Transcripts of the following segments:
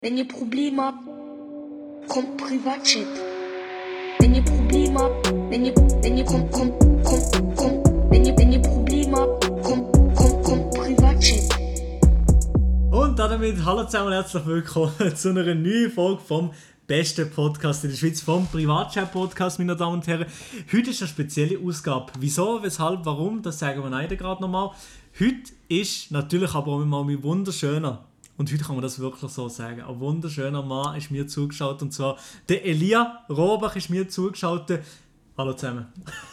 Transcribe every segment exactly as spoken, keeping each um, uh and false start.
Wenn ihr Probleme habt, kommt Privatchat. Wenn ihr Probleme habt, wenn ihr, wenn ihr, kommt, kommt, kommt, kommt, wenn ihr, wenn ihr Probleme habt, kommt, kommt, kommt Privatchat. Und damit hallo zusammen und herzlich willkommen zu einer neuen Folge vom besten Podcast in der Schweiz, vom Privatchat-Podcast, meine Damen und Herren. Heute ist eine spezielle Ausgabe. Wieso, weshalb, warum, das sagen wir leider gerade nochmal. Heute ist natürlich aber auch mal mein wunderschöner, und heute kann man das wirklich so sagen, ein wunderschöner Mann ist mir zugeschaut, und zwar der Elia Rohrbach ist mir zugeschaut. Hallo zusammen.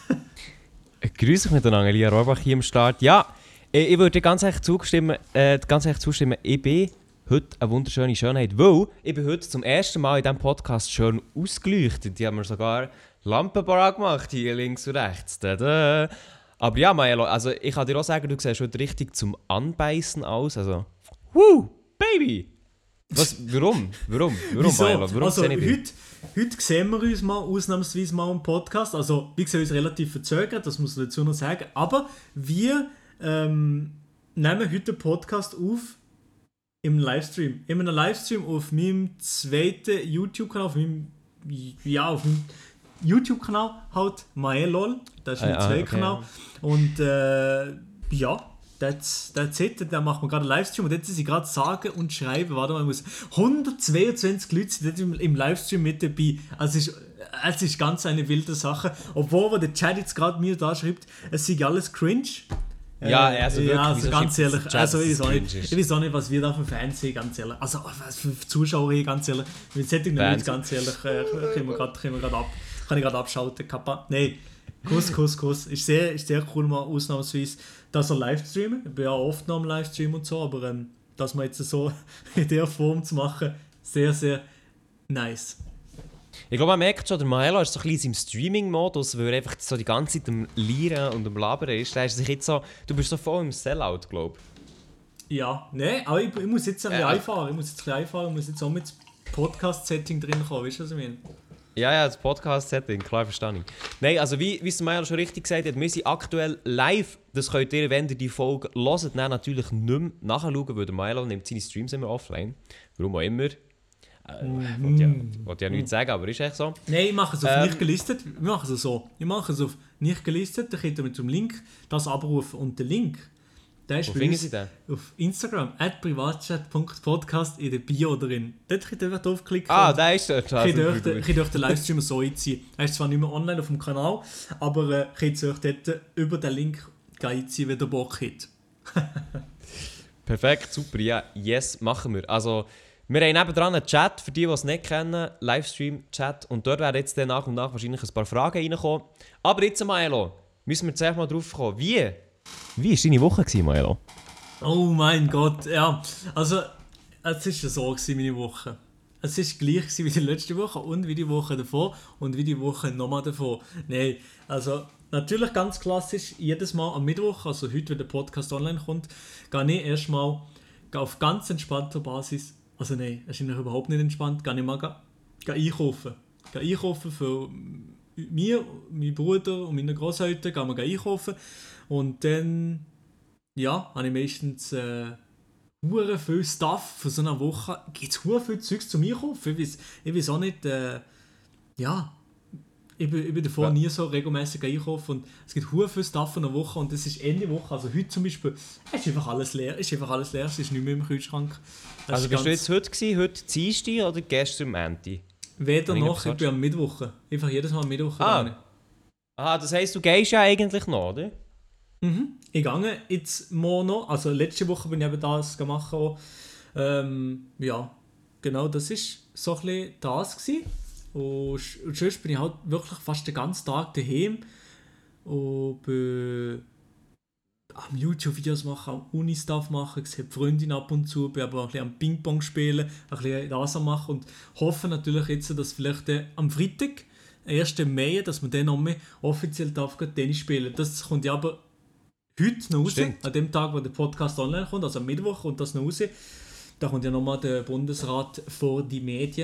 Grüß dich miteinander, Elia Rohrbach hier am Start. Ja, ich würde dir ganz echt zustimmen, äh, ganz echt zustimmen, ich bin heute eine wunderschöne Schönheit, weil ich bin heute zum ersten Mal in diesem Podcast schön ausgeleuchtet. Die haben mir sogar Lampenbar gemacht, hier links und rechts. Tada. Aber ja, Maelo, also ich kann dir auch sagen, du siehst heute richtig zum Anbeißen aus. Also, woo, Baby! Was, warum? Warum? Warum, Wieso? Maelo? Warum Also sehe ich heute, heute sehen wir uns mal ausnahmsweise mal im Podcast. Also wir sehen uns relativ verzögert, das muss ich dazu noch sagen. Aber wir ähm, nehmen heute den Podcast auf im Livestream. In einem Livestream auf meinem zweiten YouTube-Kanal, auf meinem, ja, auf meinem YouTube-Kanal halt, Maelol, das ist mein ah, zweiter okay. Kanal. Und äh, ja, that's, that's it, da macht man gerade einen Livestream und jetzt sind sie gerade sagen und schreiben, warte mal, ich muss hundertzweiundzwanzig Leute sind dort im, im Livestream mit dabei. Also es ist, es ist ganz eine wilde Sache. Obwohl, wo der Chat jetzt gerade mir da schreibt, es sei alles cringe. Ja, also wirklich, ja, also wieso ganz schreibt ehrlich, das Chat, also dass ich es weiß, auch nicht, cringe ist? ich weiß auch nicht, was wir da für Fans haben, ganz ehrlich. Also was für Zuschauer haben, ganz ehrlich. Mit solchen Leuten, ganz ehrlich, äh, können wir gerade können wir gerade ab, kann ich gerade abschalten, Kappa. Nein, Kuss, Kuss, Kuss. Ist sehr, ist sehr cool, mal ausnahmsweise, dass er Livestreamen. Ich bin ja oft noch am Livestream und so, aber ähm, dass man jetzt so in der Form zu machen, sehr, sehr nice. Ich glaube, man merkt schon, der Maelo ist so ein bisschen im Streaming-Modus, weil er einfach so die ganze Zeit am Lieren und am Labern ist. Da ist sich jetzt so, du bist so voll im Sellout, glaube ich. Ja, nein, aber ich, ich muss jetzt ein bisschen Äh, einfahren. Ich muss jetzt ein bisschen einfahren, ich muss jetzt auch mit Podcast-Setting drin kommen, weißt du, was ich meine? Ja, ja, das Podcast-Setting, klar, verstehe ich. Nein, also wie, wie es Maelo schon richtig gesagt hat, wir sind aktuell live. Das könnt ihr, wenn ihr die Folge hört, dann natürlich nicht mehr nachschauen, weil der Maelo nimmt seine Streams immer offline. Warum auch immer. Äh, Mhm. wollte ja, wollte ja nichts sagen, aber ist echt so. Nein, ich mache es auf Ähm, nicht gelistet. Wir machen es so. Ich mache es auf nicht gelistet, dann könnt ihr mit dem Link das abrufen. Und der Link, der ist Wo bei finden uns Sie den? auf Instagram, at privatchat punkt podcast in der Bio drin. Dort könnt ihr einfach draufklicken. Ah, und der ist dort. könnt ihr euch den- könnt ihr euch den Livestream so einziehen. Er ist zwar nicht mehr online auf dem Kanal, aber äh, könnt ihr euch dort über den Link einziehen, wenn ihr Bock habt. Perfekt, super, ja, yes, machen wir. Also, wir haben nebendran einen Chat, für die, die es nicht kennen, Livestream-Chat, und dort werden jetzt dann nach und nach wahrscheinlich ein paar Fragen reinkommen. Aber jetzt, Maelo, müssen wir zuerst mal drauf kommen. Wie? Wie war deine Woche, gewesen, Maelo? Oh mein Gott, ja. Also, es war ja so gewesen, meine Woche. Es war gleich gewesen wie die letzte Woche und wie die Woche davor und wie die Woche nochmal davor. Nein, also natürlich ganz klassisch, jedes Mal am Mittwoch, also heute, wenn der Podcast online kommt, gehe ich erstmal auf ganz entspannter Basis, also nein, es ist eigentlich überhaupt nicht entspannt, gehe ich mal ga, ga einkaufen. Gehe einkaufen für mir, meinen Bruder und meine Großeltern, gehen wir einkaufen und dann, ja, habe ich meistens äh, hure viel Stuff für so eine Woche. Gibt es hure viel Zeugs zum Einkaufen? Ich weiß, ich weiß auch nicht, äh, ja, ich bin, ich bin davor Ja. nie so regelmäßig einkaufen und es gibt hure viel Stuff für eine Woche und das ist Ende Woche, also heute zum Beispiel, es ist einfach alles leer, es ist einfach alles leer, es ist nicht mehr im Kühlschrank. Das Also, ist bist du ganz- jetzt heute gewesen, heute Dienstag oder gestern Montag? Weder Hab ich noch, etwas ich bin am Mittwoch. Einfach jedes Mal am Mittwoch. Ah. gegangen. Ah, das heisst, du gehst ja eigentlich noch, oder? Mhm. Ich gehe jetzt mal noch, also letzte Woche bin ich eben das gemacht. Auch. Ähm, ja, genau, das war so ein bisschen das gewesen. Und, sch- und sonst bin ich halt wirklich fast den ganzen Tag daheim und bin am YouTube-Videos machen, am Uni-Stuff machen, sehe die Freundin ab und zu, bin aber auch ein bisschen am Ping-Pong spielen, ein bisschen das am machen und hoffe natürlich jetzt, dass vielleicht äh, am Freitag, ersten Mai, dass man dann noch mehr offiziell darf gehen Tennis spielen. Das kommt ja aber heute noch raus, Stimmt. an dem Tag, wo der Podcast online kommt, also am Mittwoch kommt das noch raus. Da kommt ja nochmal der Bundesrat vor die Medien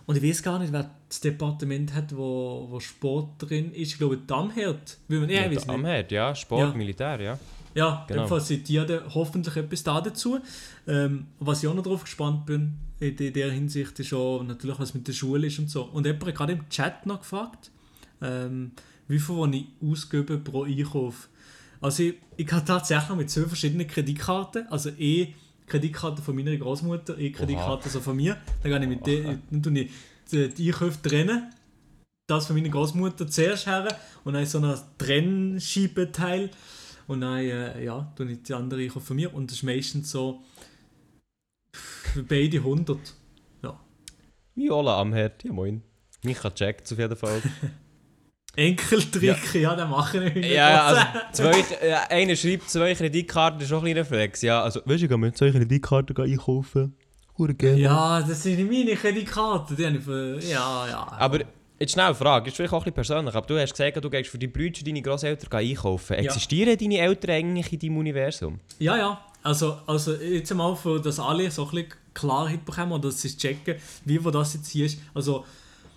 Und ich weiß gar nicht, wer das Departement hat, wo, wo Sport drin ist. Ich glaube, die Amherd. Wie man, ja, Ja, ich weiß der nicht. Amherd, ja, Sport, Ja. Militär, ja. Ja, Genau. jedenfalls seid ihr da hoffentlich etwas da dazu. Ähm, was ich auch noch drauf gespannt bin, in der- der Hinsicht ist auch natürlich, was mit der Schule ist und so. Und jemand hat gerade im Chat noch gefragt, ähm, wie viel ich ausgebe pro Einkauf. Also ich, ich habe tatsächlich noch mit zwei verschiedenen Kreditkarten, also eh Kreditkarte von meiner Großmutter, eh Kreditkarte so von mir. Dann gehe ich mit der, dann tue ich die, die Einkäufe trennen. Das von meiner Großmutter zuerst her und dann so ein Trennschiebeteil. Und dann, äh, ja, tue ich die andere Einkäufe von mir. Und das ist meistens so für beide hundert. Ja. Viola Amherd, ja moin. Micha checkt auf jeden Fall. Enkeltrick, ja, ja den mache ich nicht. Ja, ja, also zwei, äh, einer schreibt zwei Kreditkarten, das ist auch ein kleiner Flex. Ja, also, weißt du, ich gehe mit zwei Kreditkarten einkaufen. Hure gerne. Ja, das sind meine Kreditkarten, die habe ich für... Ja, ja. Aber jetzt schnell eine Frage, ist vielleicht auch ein bisschen persönlich, aber du hast gesagt, du gehst für die Brüder deine Grosseltern einkaufen. Existieren deine Eltern eigentlich in deinem Universum? Ja, ja. Also, also jetzt einmal, für dass alle so ein bisschen Klarheit bekommen und dass sie checken, wie wo das jetzt hier ist. Also,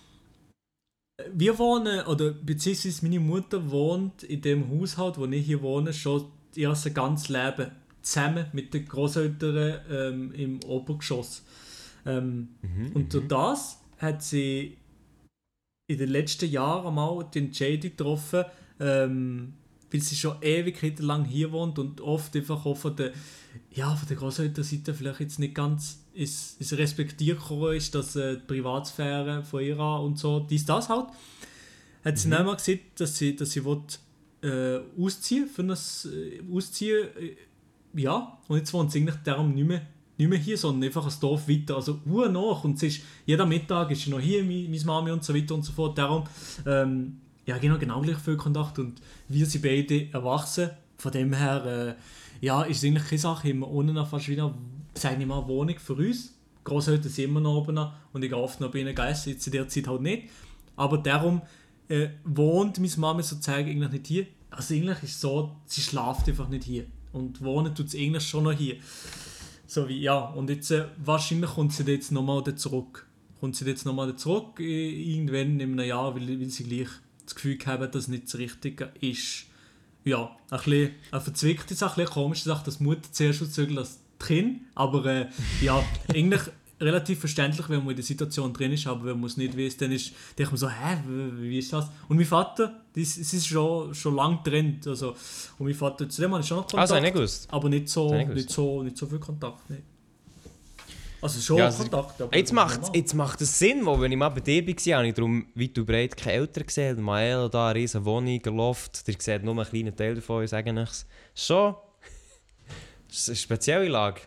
wir wohnen, oder beziehungsweise meine Mutter wohnt in dem Haushalt, wo ich hier wohne, schon ihr ganzes Leben zusammen mit den Großeltern ähm, im Obergeschoss. Ähm, Mhm, und durch das hat sie in den letzten Jahren mal die Entscheidung getroffen, ähm, weil sie schon ewig lang hier wohnt und oft einfach auch von der, ja, von der Großelternseite vielleicht jetzt nicht ganz ist, ist respektiert gekommen ist, dass äh, die Privatsphäre von ihr und so, dies, das halt, hat sie Mhm. dann mal gesagt, dass sie, dass sie will, äh, ausziehen, für das äh, Ausziehen, äh, ja, und jetzt wohnt sie eigentlich darum nicht mehr, nicht mehr hier, sondern einfach ein Dorf weiter, also Uhr nach und sie ist, jeder Mittag ist sie noch hier, mi- meine Mami und so weiter und so fort, darum, ähm, ja, genau, genau gleich viel Kontakt und wir sind beide erwachsen, von dem her, äh, ja, ist es eigentlich keine Sache, wir wohnen noch fast wieder, sage ich mal, Wohnung für uns, Grosseltern sind immer noch oben und ich gehe oft noch bei ihnen gegessen, jetzt in der Zeit halt nicht, aber darum äh, wohnt meine Mami sozusagen eigentlich nicht hier, also eigentlich ist es so, sie schläft einfach nicht hier und wohnen tut sie eigentlich schon noch hier. So wie, ja, und jetzt äh, wahrscheinlich kommt sie jetzt nochmal zurück. Kommt sie jetzt nochmal zurück, äh, irgendwann in einem Jahr, weil, weil sie gleich das Gefühl haben, dass es nicht das Richtige ist. Ja, ein bisschen eine verzwickte Sache, eine komische Sache, dass die Mutter zuerst auszögert als die Kinder. Aber äh, ja, eigentlich relativ verständlich, wenn man in der Situation drin ist, aber wenn man es nicht weiß, dann ist, denkt man so, hä, wie, wie ist das? Und mein Vater, das, es ist schon, schon lange drin. Also, und mein Vater, zu dem habe ich schon noch Kontakt. Also, habe ich nicht gewusst. Aber nicht so, Das habe ich nicht gewusst. so, nicht so viel Kontakt. Nee. Also schon Ja, also- Kontakt, aber Jetzt macht, normal. jetzt macht es Sinn, wo, wenn ich mal bei dir war, habe ich darum weit und breit keine Eltern gesehen. Mael da, eine riesige Wohnung, ein Loft, ihr seht nur einen kleinen Teil davon, ich sage es. Schon. Das ist eine spezielle Lage.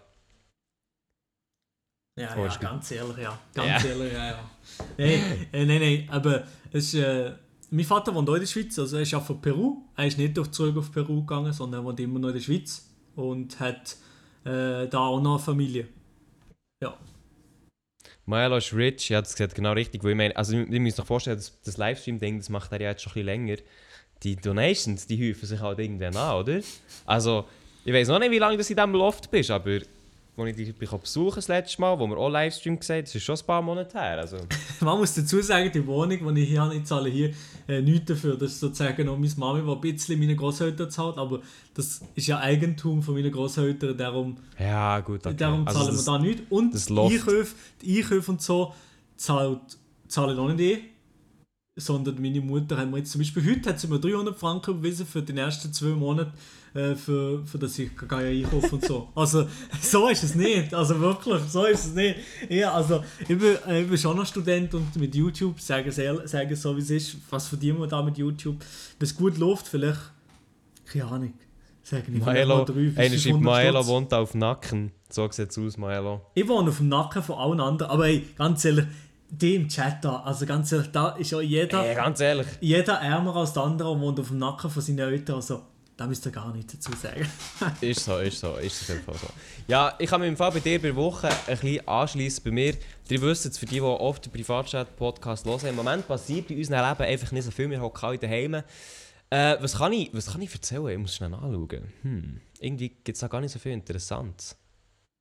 Ja, Oh, ja, ist gut. ganz ehrlich, ja. Ganz Ja. ehrlich, ja, ja. Nein, äh, nein, nein, aber es ist, äh, mein Vater wohnt auch in der Schweiz, also er ist ja von Peru. Er ist nicht auf, zurück auf Peru gegangen, sondern er wohnt immer noch in der Schweiz und hat äh, da auch noch eine Familie. Ja. Maelo ist rich, ja, das sieht genau richtig. Weil ich meine, also, ihr müsst euch vorstellen, das, das Livestream-Ding, das macht er ja jetzt schon ein bisschen länger. Die Donations, die häufen sich halt irgendwann an, oder? Also, ich weiß noch nicht, wie lange du in diesem Loft bist, aber als ich dich besuche das letzte Mal, wo wir auch Livestream gesehen haben, das ist schon ein paar Monate her. Also. Man muss dazu sagen, die Wohnung, die ich hier habe, ich zahle hier äh, nichts dafür. Das ist sozusagen noch meine Mami, die ein bisschen meine Großeltern zahlt, aber das ist ja Eigentum von meinen Großeltern, darum, Ja, gut, okay. darum Also zahlen das- wir da nichts. Und das die Loft. Einkäufe, die Einkäufe und so zahlt, zahlen auch nicht ich, sondern meine Mutter hat mir jetzt zum Beispiel heute hat sie mir dreihundert Franken überwiesen für die ersten zwei Monate, äh, für, für dass ich gehe einkaufen und so. Also so ist es nicht, also wirklich, so ist es nicht. Ja, also ich bin, äh, ich bin schon noch Student und mit YouTube, sagen es ehrlich- sagen es so wie es ist, was verdienen wir da mit YouTube? Wenn es gut läuft, vielleicht, keine Ahnung, sagen ich vielleicht Maelo, mal drei bis einer schreibt, fünfhundert Maelo Stutz. wohnt auf dem Nacken. So sieht es aus, Maelo. Ich wohne auf dem Nacken von allen anderen, aber ey, ganz ehrlich, die im Chat da, also ganz ehrlich, da ist ja jeder, Ey, ganz ehrlich. jeder ärmer als der andere und wohnt auf dem Nacken von seinen Eltern, also da müsst ihr gar nichts dazu sagen. Ist so, ist so, ist auf jeden Fall so. Ja, ich kann mich im Fall bei dir bei der Woche ein bisschen anschliessen. Bei mir, ihr wisst jetzt, für die, die oft den Privatchat-Podcast hören, im Moment passiert in unserem Leben einfach nicht so viel. Wir hocken alle daheim. Äh, was, kann ich, was kann ich erzählen? Ich muss schnell nachschauen. Hm. Irgendwie gibt es da gar nicht so viel Interessantes.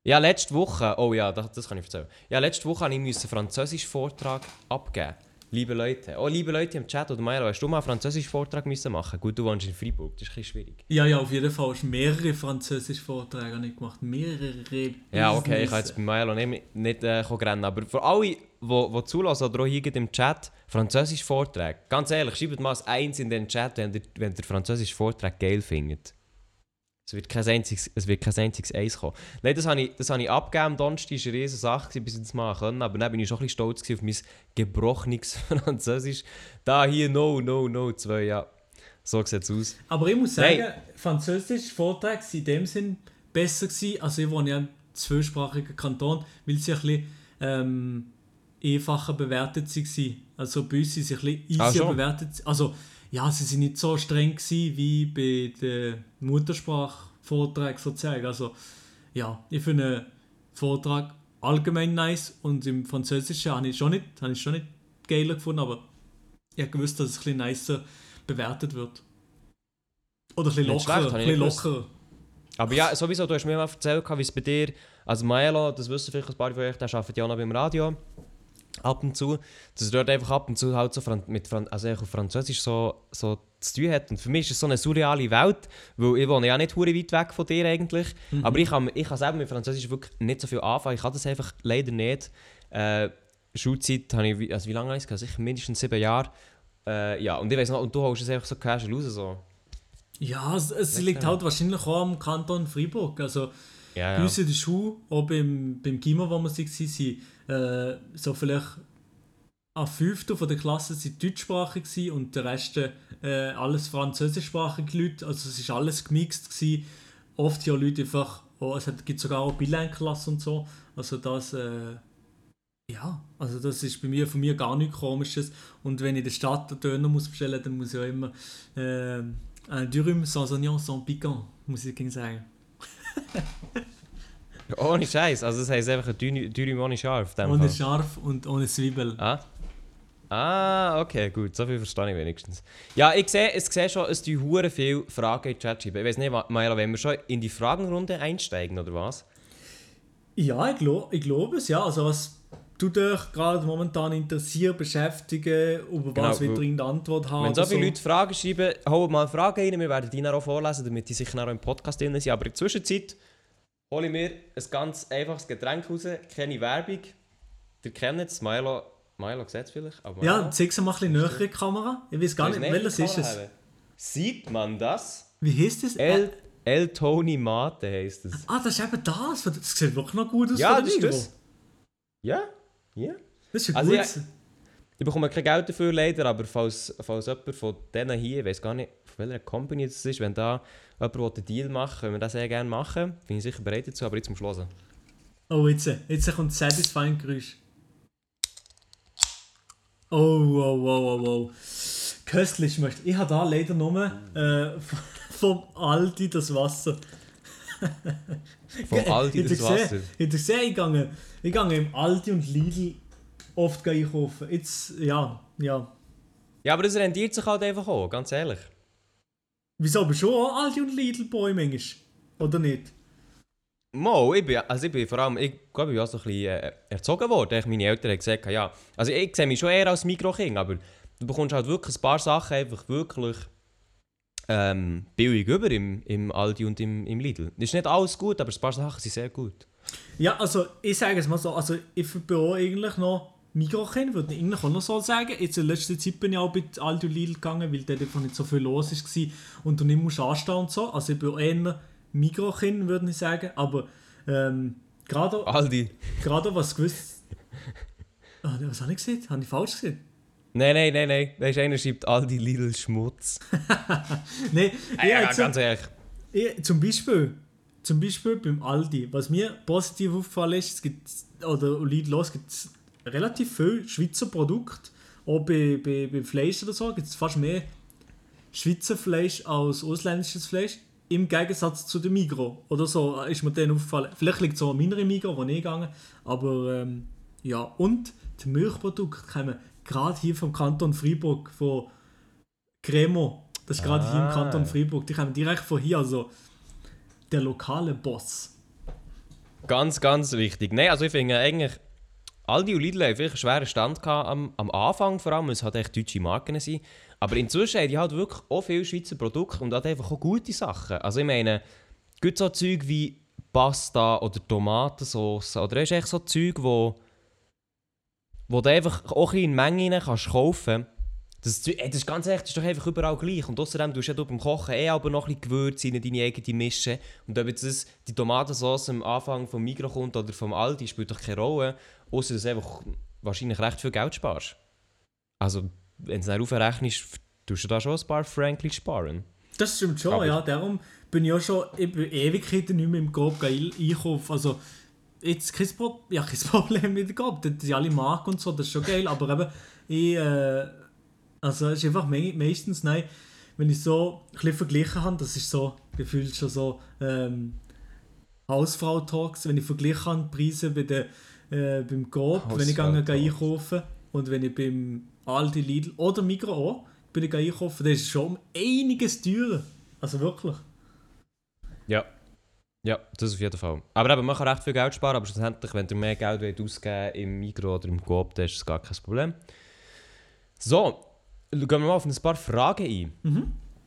Ja, letzte Woche, oh ja, das, das kann ich erzählen. Ja, letzte Woche musste ich einen französischen Vortrag abgeben. Liebe Leute, oh liebe Leute im Chat oder Maelo, hast du mal einen französischen Vortrag müssen machen? Gut, du wohnst in Freiburg, das ist ein bisschen schwierig. Ja, ja, auf jeden Fall hast du mehrere französische Vorträge nicht gemacht. Mehrere. Ja, okay, ich kann jetzt bei Maelo nicht, nicht äh, rennen, aber für alle, die zulassen oder auch hier im Chat, französische Vorträge, ganz ehrlich, schreibt mal ein Eins in den Chat, wenn ihr, wenn ihr französische Vorträge geil findet. Es wird kein einziges, es wird kein einziges Eis kommen. Nein, das habe ich, das habe ich abgegeben am Donnerstag, das war eine riesige Sache, bis ich das machen konnte. Aber dann bin ich schon ein bisschen stolz auf mein gebrochenes Französisch. Da, hier, no, no, no, zwei, ja. So sieht es aus. Aber ich muss sagen, Nein. französische Vorträge waren in dem Sinn besser gewesen. Also ich wohne ja im zweisprachigen Kanton, weil sie ein bisschen ähm, einfacher bewertet waren. Also bei uns sind sie ein bisschen Ah, easier schon? bewertet. Also ja, sie sind nicht so streng gewesen wie bei den Muttersprachvorträgen sozusagen. Also ja, ich finde einen Vortrag allgemein nice und im Französischen habe ich schon nicht, habe ich schon nicht geiler gefunden, aber ich habe gewusst, dass es ein bisschen nicer bewertet wird. Oder ein bisschen Nicht lockerer. schlecht, habe Ein ich bisschen nicht lockerer. Aber ja, sowieso, du hast mir mal erzählt, wie es bei dir, also Maelo, das wissen vielleicht ein paar von euch, der arbeitet ja auch noch beim Radio, ab und zu, dass er dort einfach ab und zu halt so Fran- mit Fran- also auf Französisch so, so zu tun hat. Und für mich ist es so eine surreale Welt, weil ich wohne ja nicht hure weit weg von dir eigentlich, Mhm. aber ich kann, ich kann selber mit Französisch wirklich nicht so viel anfangen, ich kann das einfach leider nicht. Äh, Schulzeit habe ich, wie- also wie lange habe ich es gehabt? Sicher mindestens sieben Jahre. Äh, ja, und ich weiss noch, und du holst es einfach so casual raus, so. Ja, es, es Nicht liegt klar. halt wahrscheinlich auch am Kanton Freiburg. Also Ja, bei ja. uns in der Schule, auch beim, beim Gimmer, wo wir waren, äh, so vielleicht ein Fünftel von der Klasse sind deutschsprachig gewesen und der Rest äh, alles französischsprachige Leute. Also es war alles gemixt gewesen. Oft ja Leute einfach, oh, es hat- gibt sogar auch Bilingue-Klassen und so. Also das, äh, ja, also das ist bei mir, von mir gar nichts Komisches. Und wenn ich in der Stadt einen Döner muss bestellen, dann muss ich auch immer äh, un Dürüm sans oignon, sans piquant, muss ich gegen sagen. Ohne Scheiß, also das heisst einfach ein Dürüm Dürüm ohne Scharf. in dem Ohne Fall. Scharf und ohne Zwiebel. Ah. Ah, okay, gut, so viel verstehe ich wenigstens. Ja, ich sehe, ich sehe schon, es tun hure viele Fragen in den Chat schreiben. Ich weiß nicht, Maela, wenn wir schon in die Fragenrunde einsteigen, oder was? Ja, ich, glaub, ich glaube es, ja. Also was du dich gerade momentan interessiert, beschäftigen, über was Genau, wir weil- dringend Antwort haben. Wenn so oder viele Leute Fragen schreiben, hauen mal Fragen rein, wir werden die dann auch vorlesen, damit die sicher auch im Podcast drin sind. Aber in der Zwischenzeit hole ich mir ein ganz einfaches Getränk raus, keine Werbung. Ihr kennt es, Milo, Milo sieht es vielleicht. Aber Ja, Milo- zeig es mal ein bisschen näher in die Kamera. Ich weiß gar Soll nicht, ich welches näher ist die es? Kamera haben? Sieht man das? Wie heißt es? El, El Tony Mate heisst es. Ah, das ist eben das. Das sieht wirklich noch gut aus Ja, von das der ist Mikro. das. Ja, ja. Das ist ein Also gutes. Ich bekomme kein Geld dafür leider, aber falls, falls jemand von denen hier, ich weiß gar nicht, von welcher Company das ist, wenn da jemand einen Deal machen will, können wir das sehr gerne machen. Bin ich sicher bereit dazu, aber jetzt zum Schluss. Oh, jetzt, jetzt kommt das satisfying Geräusch. Oh, oh, oh, oh, oh. Köstlich schmeckt. Ich habe da leider nur äh, vom Aldi das Wasser. Vom Aldi Habt ihr das gesehen? Wasser. Habt ihr gesehen? Ich gehe, ich gehe im Aldi und Lidl oft einkaufen. Jetzt, ja, ja. Ja, aber das rendiert sich halt einfach auch, ganz ehrlich. Wieso? Aber schon auch Aldi und Lidl Boy manchmal? Oder nicht? Mo, ich bin, also ich bin vor allem, ich glaube, ich bin auch so ein bisschen äh, erzogen worden. Ich, meine Eltern haben gesagt, ja, also ich sehe mich schon eher als Mikrokind, aber du bekommst halt wirklich ein paar Sachen einfach wirklich ähm, billig über im, im Aldi und im, im Lidl. Das ist nicht alles gut, aber ein paar Sachen sind sehr gut. Ja, also ich sage es mal so, also ich bin auch eigentlich noch Mikrokind, würde ich eigentlich auch noch so sagen. Jetzt in letzter Zeit bin ich auch bei Aldi und Lidl gegangen, weil dort einfach nicht so viel los war und du nicht musst anstehen und so. Also ich bin auch eher Mikrokind, würde ich sagen, aber ähm, gerade Aldi. gerade was gewusst... Oh, was habe ich gesehen? Habe ich falsch gesehen? Nein, nein, nein, nein. Da ist einer, der schreibt Aldi Lidl Schmutz. Nein, Ja, ja, ja, jetzt, ganz ehrlich. ich, zum Beispiel, zum Beispiel beim Aldi, was mir positiv aufgefallen ist, es gibt, oder Lidl, es gibt relativ viele Schweizer Produkte, auch bei, bei, bei Fleisch oder so, gibt es fast mehr Schweizer Fleisch als ausländisches Fleisch, im Gegensatz zu dem Migros oder so, ist mir dann aufgefallen. Vielleicht liegt es auch an meiner Migros, wo nicht gegangen, aber ähm, ja, und die Milchprodukte kommen gerade hier vom Kanton Freiburg, von Cremo, das ist gerade hier im Ah. Kanton Freiburg, die kommen direkt von hier, also der lokale Boss. Ganz, ganz wichtig. Nein, also ich finde eigentlich, Aldi und Lidl haben vielleicht einen schweren Stand gehabt am, am Anfang vor allem, es hat echt deutsche Marken sein. Aber inzwischen haben die halt wirklich auch viele Schweizer Produkte und halt einfach auch gute Sachen. Also ich meine, es gibt so Zeug wie Pasta oder Tomatensauce oder es ist echt so Zeug, wo, wo du einfach auch ein bisschen in Mengen kannst kaufen kannst. Das, Zeug- ey, das ist ganz echt, das ist doch einfach überall gleich. Und außerdem tust du ja beim Kochen eh aber noch ein bisschen Gewürze in deine eigene Mische. Und ob jetzt das, die Tomatensauce am Anfang vom Migros kommt oder vom Aldi, spielt doch keine Rolle. Außer dass du einfach wahrscheinlich recht viel Geld sparst. Also, wenn du es dann aufrechnest, tust du da schon ein paar Franken sparen. Das stimmt schon, Aber- ja. Darum bin ich auch schon ich bin Ewigkeiten nicht mehr im Coop einkaufen. Also, jetzt kein, Pro- ja, kein Problem mit dem Coop. Das sind alle Marken und so, das ist schon geil. Aber eben, ich, äh, also es ist einfach me meistens, nein, wenn ich so ein bisschen verglichen habe, das ist so, gefühlt schon so ähm, Hausfrau-Talks, wenn ich verglichen habe, die Preise bei der, äh, beim Coop, wenn ich gehe Hausfrau-Talks. einkaufen und wenn ich beim Aldi, Lidl oder Migros auch bin ich einkaufen, dann ist es schon um einiges teurer. Also wirklich. Ja. Ja, das auf jeden Fall. Aber eben, man kann recht viel Geld sparen, aber schlussendlich, wenn ihr mehr Geld wollt ausgeben im Migros oder im Coop, dann ist das gar kein Problem. So, gehen wir mal auf ein paar Fragen ein. Mhm.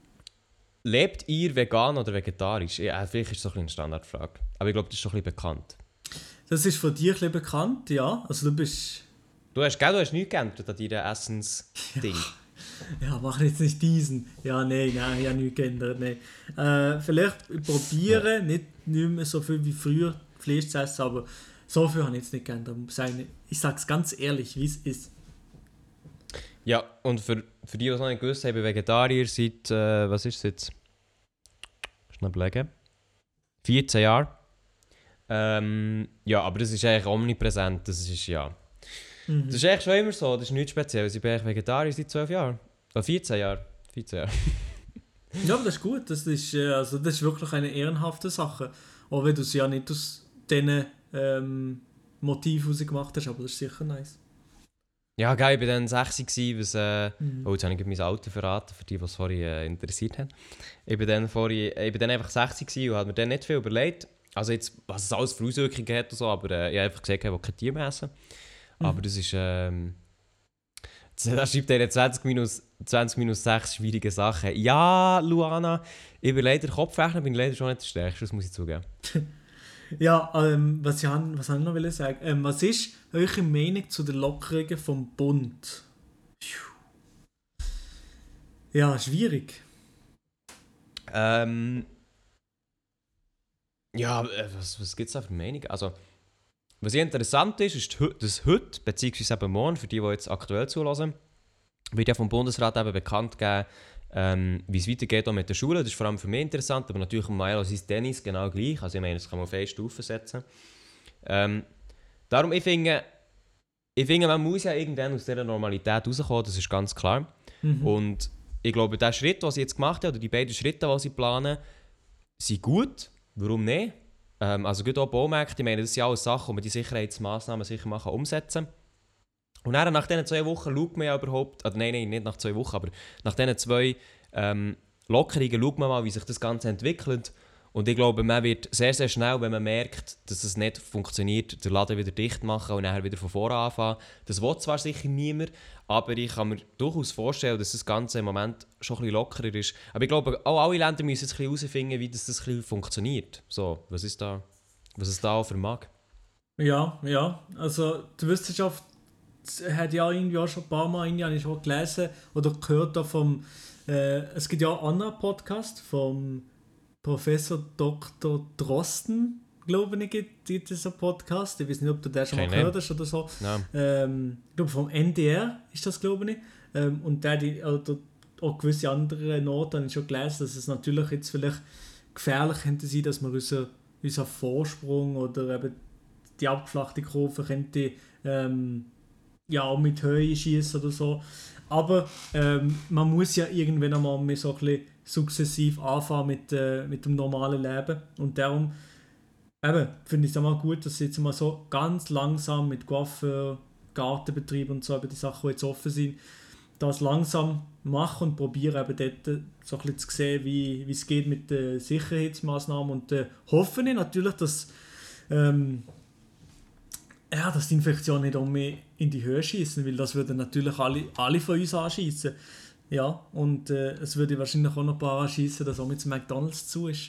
Lebt ihr vegan oder vegetarisch? Ja, vielleicht ist das so ein bisschen eine Standardfrage. Aber ich glaube, das ist schon ein bisschen bekannt. Das ist von dir ein bisschen bekannt, ja. Also du bist... Du hast, gell, du hast nichts geändert an deinem Essensding. Ja, mach jetzt nicht diesen. Ja, nein, nein, ich habe nichts geändert. Nein. Äh, vielleicht probieren, ja. nicht, nicht mehr so viel wie früher Fleisch zu essen, aber so viel habe ich jetzt nicht geändert. Ich sage es ganz ehrlich, wie es ist. Ja, und für, für die, die es noch nicht gewusst haben, Vegetarier seit, äh, was ist es jetzt? Schnell überlegen. vierzehn Jahre. Ähm, ja, aber das ist eigentlich omnipräsent, das ist ja... Mhm. Das ist eigentlich schon immer so, das ist nichts Spezielles. Ich bin eigentlich Vegetarier seit zwölf Jahren. Oder vierzehn Jahren. vierzehn Jahre. Ja, aber das ist gut. Das ist, äh, also das ist wirklich eine ehrenhafte Sache. Auch wenn du es ja nicht aus diesen ähm, Motiven heraus gemacht hast, aber das ist sicher nice. Ja, geil, ich war dann sechzig, was... Äh, Mhm. oh, jetzt habe ich mein Alter verraten, für die, die es vorhin äh, interessiert haben. Ich war dann, vorhin, ich bin dann einfach sechzig und habe mir dann nicht viel überlegt. Also jetzt, was es alles für Auswirkungen hat und so, aber äh, ich habe einfach gesagt, ich will kein Tier mehr essen. Mhm. Aber das ist... Ähm, da schreibt er zwanzig minus sechs schwierige Sachen. Ja, Luana, ich bin leider Kopfrechner, bin leider schon nicht der Stärkste, das muss ich zugeben. Ja, ähm, was, ich, han- was ich noch will sagen ähm, was ist eure Meinung zu den Lockerungen vom Bund? Puh. Ja, schwierig. Ähm, ja, äh, was, was gibt es da für Meinungen? Also, was hier interessant ist, ist, hö- dass heute, beziehungsweise eben morgen, für die, die jetzt aktuell zulassen, wird ja vom Bundesrat eben bekannt gegeben, ähm, wie es weitergeht auch mit der Schule. Das ist vor allem für mich interessant, aber natürlich um Milo sein Tennis genau gleich. Also ich meine, das kann man auf eine Stufe setzen. Ähm, darum, ich finde, ich finde, man muss ja irgendwann aus dieser Normalität rauskommen, das ist ganz klar. Mhm. Und ich glaube, der Schritt, den sie jetzt gemacht haben, oder die beiden Schritte, die sie planen, sind gut. Warum nicht? Ähm, also gut auch Baumärkte, ich meine, das sind alles Sachen, wo man die Sicherheitsmaßnahmen sicher machen, umsetzen. Und dann, nach diesen zwei Wochen schaut man ja überhaupt, oder nein, nein, nicht nach zwei Wochen, aber nach diesen zwei ähm, Lockerungen schaut man mal, wie sich das Ganze entwickelt. Und ich glaube, man wird sehr, sehr schnell, wenn man merkt, dass es nicht funktioniert, den Laden wieder dicht machen und dann wieder von vorne anfangen. Das will zwar sicher niemand, aber ich kann mir durchaus vorstellen, dass das Ganze im Moment schon ein bisschen lockerer ist. Aber ich glaube, auch alle Länder müssen jetzt ein bisschen herausfinden, wie das, das ein bisschen funktioniert. So, was ist da, was es da auch vermag. Ja, ja. Also die Wissenschaft hat ja irgendwie auch schon ein paar Mal irgendwie, habe ich schon gelesen oder gehört da vom, äh, es gibt ja auch einen anderen Podcast vom Professor Doktor Drosten, glaube ich, gibt, gibt es einen Podcast. Ich weiß nicht, ob du den schon mal Keine. gehört hast oder so. Nein. Ähm, ich glaube, vom N D R ist das, glaube ich. Ähm, und der, die, oder auch gewisse andere Noten habe ich schon gelesen, dass es natürlich jetzt vielleicht gefährlich könnte sein, dass man unseren unser Vorsprung oder eben die abgeflachte Kurve könnte ähm, ja auch mit Höhe schießen oder so. Aber ähm, man muss ja irgendwann einmal mehr so ein bisschen sukzessiv anfangen mit, äh, mit dem normalen Leben. Und darum eben, finde ich es einmal gut, dass sie jetzt mal so ganz langsam mit Coiffeur, Gartenbetrieb und so, eben die Sachen, die jetzt offen sind, das langsam machen und probieren, eben dort so ein bisschen zu sehen, wie, wie es geht mit den Sicherheitsmaßnahmen. Und äh, hoffe ich natürlich, dass ähm, ja, dass die Infektion nicht um mehr in die Höhe schießen, weil das würden natürlich alle, alle von uns anschießen. Ja, und äh, es würde wahrscheinlich auch noch ein paar anschießen, dass auch mit McDonalds zu ist.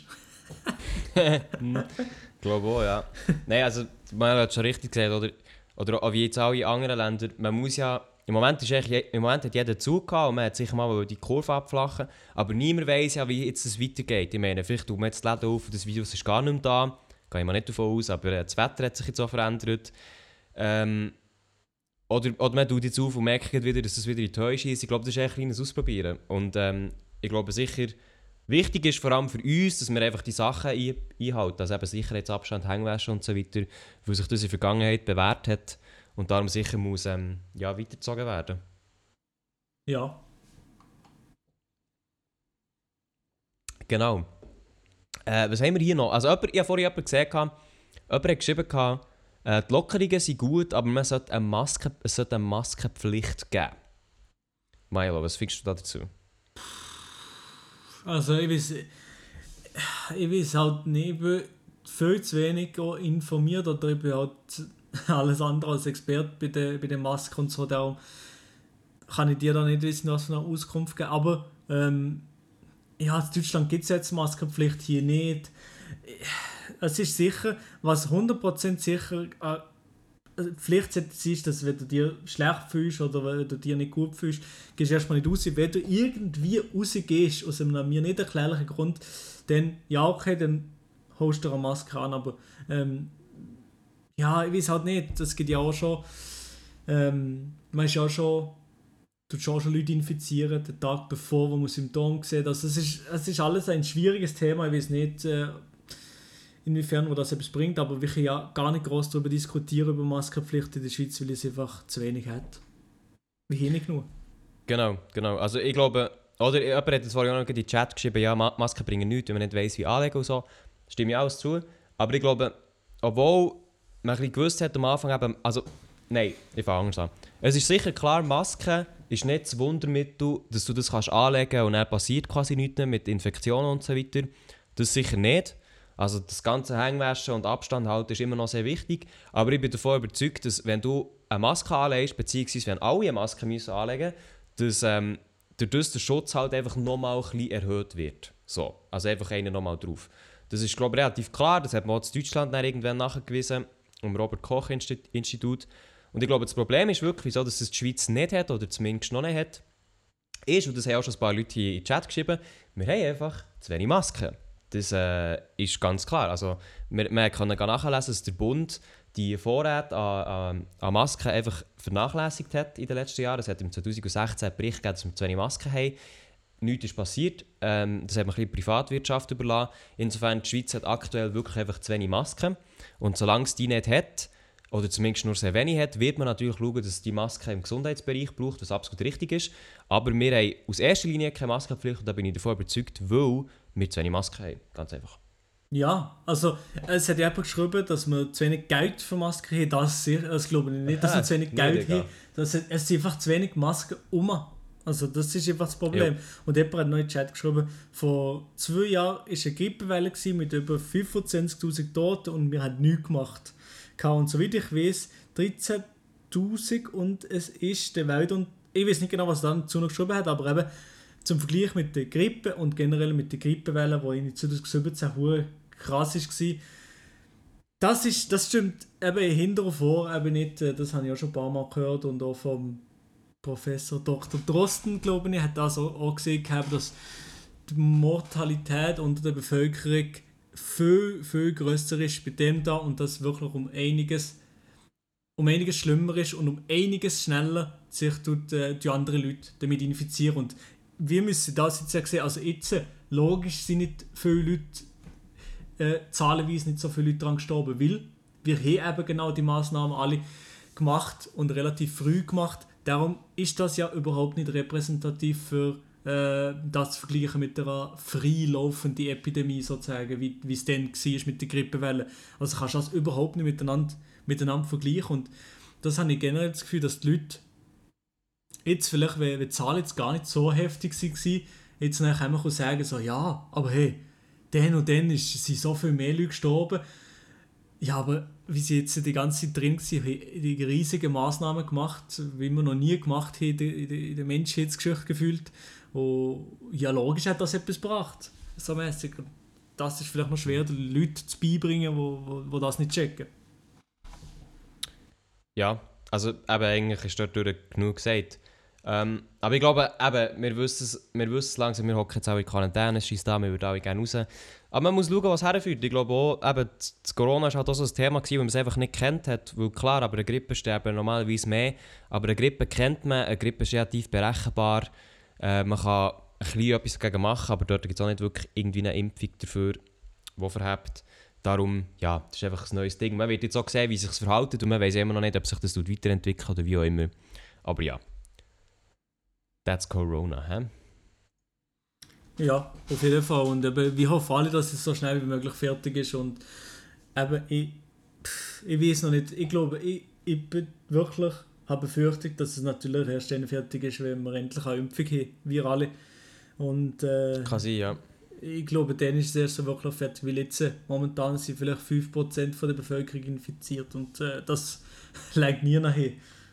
Ich glaube auch, ja. Nein, also man hat schon richtig gesagt, oder, oder auch wie jetzt alle anderen Länder, man muss ja, im Moment, ist je, im Moment hat jeder Zug gehabt und man hat sicher mal die Kurve abflachen, aber niemand weiss ja, wie jetzt das weitergeht. Ich meine, vielleicht tut man jetzt das Läden auf und das Virus ist gar nicht mehr da, gehe ich mal nicht davon aus, aber das Wetter hat sich jetzt auch verändert. Ähm, oder, oder man tut jetzt auf und merkt wieder, dass es wieder in die Höhe schießt. Ich glaube, das ist ein kleines Ausprobieren. Und ähm, ich glaube sicher, wichtig ist vor allem für uns, dass wir einfach die Sachen ein, einhalten, also eben Sicherheitsabstand, Hängwäsche und so weiter, weil sich das in der Vergangenheit bewährt hat und darum sicher muss ähm, ja, weitergezogen werden. Ja. Genau. Äh, was haben wir hier noch? Also jemand, ich habe vorhin jemanden gesehen, jemand hat geschrieben, äh, die Lockerungen sind gut, aber man sollte eine Maske, es sollte eine Maskenpflicht geben. Milo, was findest du da dazu? Also ich weiß, ich weiß halt nicht, ich bin viel zu wenig informiert oder ich bin halt alles andere als Experte bei den, bei den Masken und so, darum kann ich dir da nicht wissen, was für eine Auskunft geben, aber ähm, ja, in Deutschland gibt es jetzt Maskenpflicht, hier nicht. Es ist sicher, was hundert Prozent sicher äh, Pflicht ist, dass wenn du dir schlecht fühlst oder wenn du dir nicht gut fühlst, gehst du erstmal nicht raus. Wenn du irgendwie rausgehst, aus einem mir nicht erklärlichen Grund, dann ja okay, dann holst du dir eine Maske an, aber ähm, ja, ich weiß halt nicht, das geht ja auch schon, ähm, man ist ja schon, du schon schon Leute infizieren, den Tag bevor, wo man Symptome sieht, also es ist, es ist alles ein schwieriges Thema, ich weiß nicht, äh, inwiefern das etwas bringt, aber wir können ja gar nicht groß darüber diskutieren, über Maskenpflicht in der Schweiz, weil es einfach zu wenig hat. Wie hier nicht genug. Genau, genau. Also ich glaube, oder jemand hat jetzt vorhin auch noch in den Chat geschrieben, ja, Masken bringen nichts, wenn man nicht weiss, wie anlegen und so. Stimme ich alles zu. Aber ich glaube, obwohl man ein bisschen gewusst hat am Anfang eben, also, nein, ich fange anders an. Es ist sicher klar, Masken ist nicht das Wundermittel, dass du das kannst anlegen und dann passiert quasi nichts mehr mit Infektionen und so weiter. Das sicher nicht. Also das ganze Hängwäsche und Abstand halten ist immer noch sehr wichtig. Aber ich bin davon überzeugt, dass wenn du eine Maske anlegst, beziehungsweise wenn alle eine Maske müssen anlegen müssen, dass ähm, dadurch der Schutz halt einfach nochmal ein bisschen erhöht wird. So, also einfach einer nochmal drauf. Das ist, glaube ich, relativ klar. Das hat man auch in Deutschland dann irgendwann nachgewiesen, um Robert-Koch-Institut. Und ich glaube, das Problem ist wirklich so, dass es die Schweiz nicht hat, oder zumindest noch nicht hat, ist, und das haben auch schon ein paar Leute hier in den Chat geschrieben, wir haben einfach zu wenig Masken. Das äh, ist ganz klar. Also, wir, wir können nachlesen, dass der Bund die Vorräte an, an, an Masken einfach vernachlässigt hat in den letzten Jahren. Es hat im zwanzig sechzehn einen Bericht gegeben, dass wir zu wenig Masken haben. Nichts ist passiert. Ähm, das hat man ein bisschen die Privatwirtschaft überlassen. Insofern, die Schweiz hat aktuell wirklich einfach zu wenig Masken. Und solange es die nicht hat, oder zumindest nur sehr wenig hat, wird man natürlich schauen, dass die Maske im Gesundheitsbereich braucht, was absolut richtig ist. Aber wir haben aus erster Linie keine Maskenpflicht und da bin ich davon überzeugt, weil wir zu wenig Masken haben. Ganz einfach. Ja, also es hat jemand geschrieben, dass wir zu wenig Geld für Masken haben. Das, das glaube ich nicht, dass wir zu wenig Geld haben. Das, es sind einfach zu wenig Masken um. Also das ist einfach das Problem. Ja. Und jemand hat noch in den Chat geschrieben, vor zwei Jahren war eine Grippewelle mit über fünfundzwanzigtausend Toten und wir haben nichts gemacht. Und soweit ich weiß, dreizehntausend und es ist der Welt und ich weiß nicht genau, was er dann dazu noch geschrieben hat, aber eben zum Vergleich mit der Grippe und generell mit der Grippewelle, die in zwanzig siebzehn hure krass war, das, ist, das stimmt eben hinterher vor, eben nicht, das habe ich auch schon ein paar Mal gehört und auch vom Professor Doktor Drosten, glaube ich, hat das auch gesehen, dass die Mortalität unter der Bevölkerung viel, viel grösser ist bei dem da und das wirklich um einiges, um einiges schlimmer ist und um einiges schneller sich tut, äh, die anderen Leute damit infizieren. Und wir müssen das jetzt ja sehen, also jetzt, logisch sind nicht viele Leute, äh, zahlenweise nicht so viele Leute daran gestorben, weil wir haben eben genau die Massnahmen alle gemacht und relativ früh gemacht. Darum ist das ja überhaupt nicht repräsentativ für das zu vergleichen mit einer freilaufenden Epidemie, sozusagen, wie, wie es dann war mit der Grippewelle. Also kannst du das überhaupt nicht miteinander, miteinander vergleichen. Und das habe ich generell das Gefühl, dass die Leute jetzt vielleicht, wenn die Zahlen jetzt gar nicht so heftig waren, jetzt nachher können sagen, so, ja, aber hey, dann und dann ist, sind so viel mehr Leute gestorben. Ja, aber wie sie jetzt die ganze Zeit drin waren, haben die riesigen Massnahmen gemacht, wie wir noch nie gemacht haben in der, in der, in der Menschheitsgeschichte gefühlt. Und ja, logisch hat das etwas gebracht. So mäßig. Das ist vielleicht noch schwer, den Leuten zu beibringen, die wo, wo, wo das nicht checken. Ja, also eben, eigentlich ist dort durch genug gesagt. Ähm, aber ich glaube, eben, wir wissen es, wir wissen es langsam, wir hocken jetzt auch in Quarantäne, es scheisst da, wir würden alle gerne raus. Aber man muss schauen, was herführt. Ich glaube auch, eben, das Corona war halt auch so ein Thema, gewesen, weil man es einfach nicht kennt hat. Weil klar, aber eine Grippe sterben normalerweise mehr. Aber eine Grippe kennt man, eine Grippe ist relativ berechenbar. Äh, man kann ein bisschen etwas dagegen machen, aber dort gibt es auch nicht wirklich irgendwie eine Impfung dafür, die verhebt. Darum, ja, das ist einfach ein neues Ding. Man wird jetzt auch sehen, wie sich es verhält und man weiß immer noch nicht, ob sich das weiterentwickelt oder wie auch immer. Aber ja, that's Corona, hä? Ja, auf jeden Fall. Und eben, wir hoffen alle, dass es so schnell wie möglich fertig ist. Und eben, ich, pff, ich weiß noch nicht, ich glaube, ich, ich bin wirklich habe Befürchtung, dass es natürlich erst dann fertig ist, wenn wir endlich eine Impfung haben, wir alle. Und äh, Kann sein, ja. ich glaube, dann ist es erst so wirklich fertig, weil jetzt äh, momentan sind vielleicht fünf Prozent von der Bevölkerung infiziert und äh, das legt nie nachher.